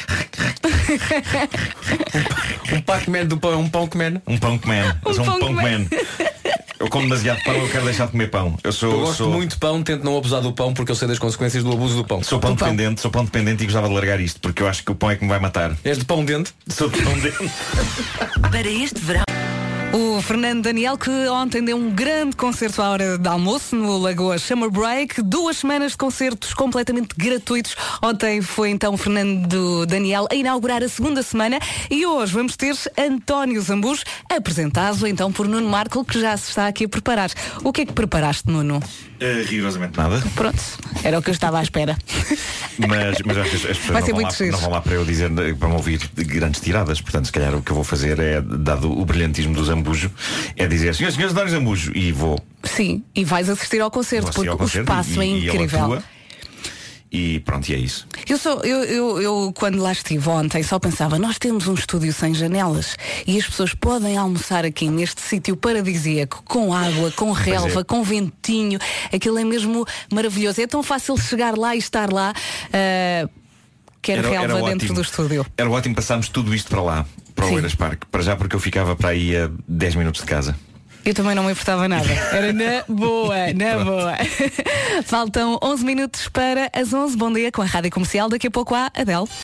Um Pac-Man do pão é um pão que man. Um pão que man. Eu sou um pão que man. Eu como demasiado pão, eu quero deixar de comer pão. Eu sou, Eu gosto sou, muito de pão, tento não abusar do pão porque eu sei das consequências do abuso do pão. sou pão Do pão. dependente, sou pão dependente e gostava de largar isto, porque eu acho que o pão é que me vai matar. És de pão dente? Sou de pão dente. Para este verão. O Fernando Daniel, que ontem deu um grande concerto à hora de almoço no Lagoa Summer Break, duas semanas de concertos completamente gratuitos. Ontem foi então o Fernando Daniel a inaugurar a segunda semana e hoje vamos ter António Zambujo, apresentado então por Nuno Marco, que já se está aqui a preparar. O que é que preparaste, Nuno? Uh, rigorosamente nada. Pronto, era o que eu estava à espera. Mas, mas acho que as, as pessoas Vai não ser vão, muito lá, giro. não vão lá para eu dizer, para me ouvir de grandes tiradas. Portanto, se calhar o que eu vou fazer é, dado o brilhantismo do Zambujo, é dizer, senhores, senhores, António Zambujo, e vou. Sim, e vais assistir ao concerto, vou assistir porque ao o concerto espaço e, é e ele incrível. atua. E pronto, e é isso. Eu, só, eu, eu, eu, quando lá estive ontem, só pensava, nós temos um estúdio sem janelas e as pessoas podem almoçar aqui neste sítio paradisíaco, com água, com relva, é. com ventinho. Aquilo é mesmo maravilhoso. É tão fácil chegar lá e estar lá. Uh, quer Era- relva era dentro ótimo. do estúdio. Era ótimo passarmos tudo isto para lá, para Sim. o Eiras Parque. Para já, porque eu ficava para aí a dez minutos de casa. Eu também não me importava nada. Era na boa, na boa. Faltam onze minutos para as onze. Bom dia com a Rádio Comercial. Daqui a pouco há Adele.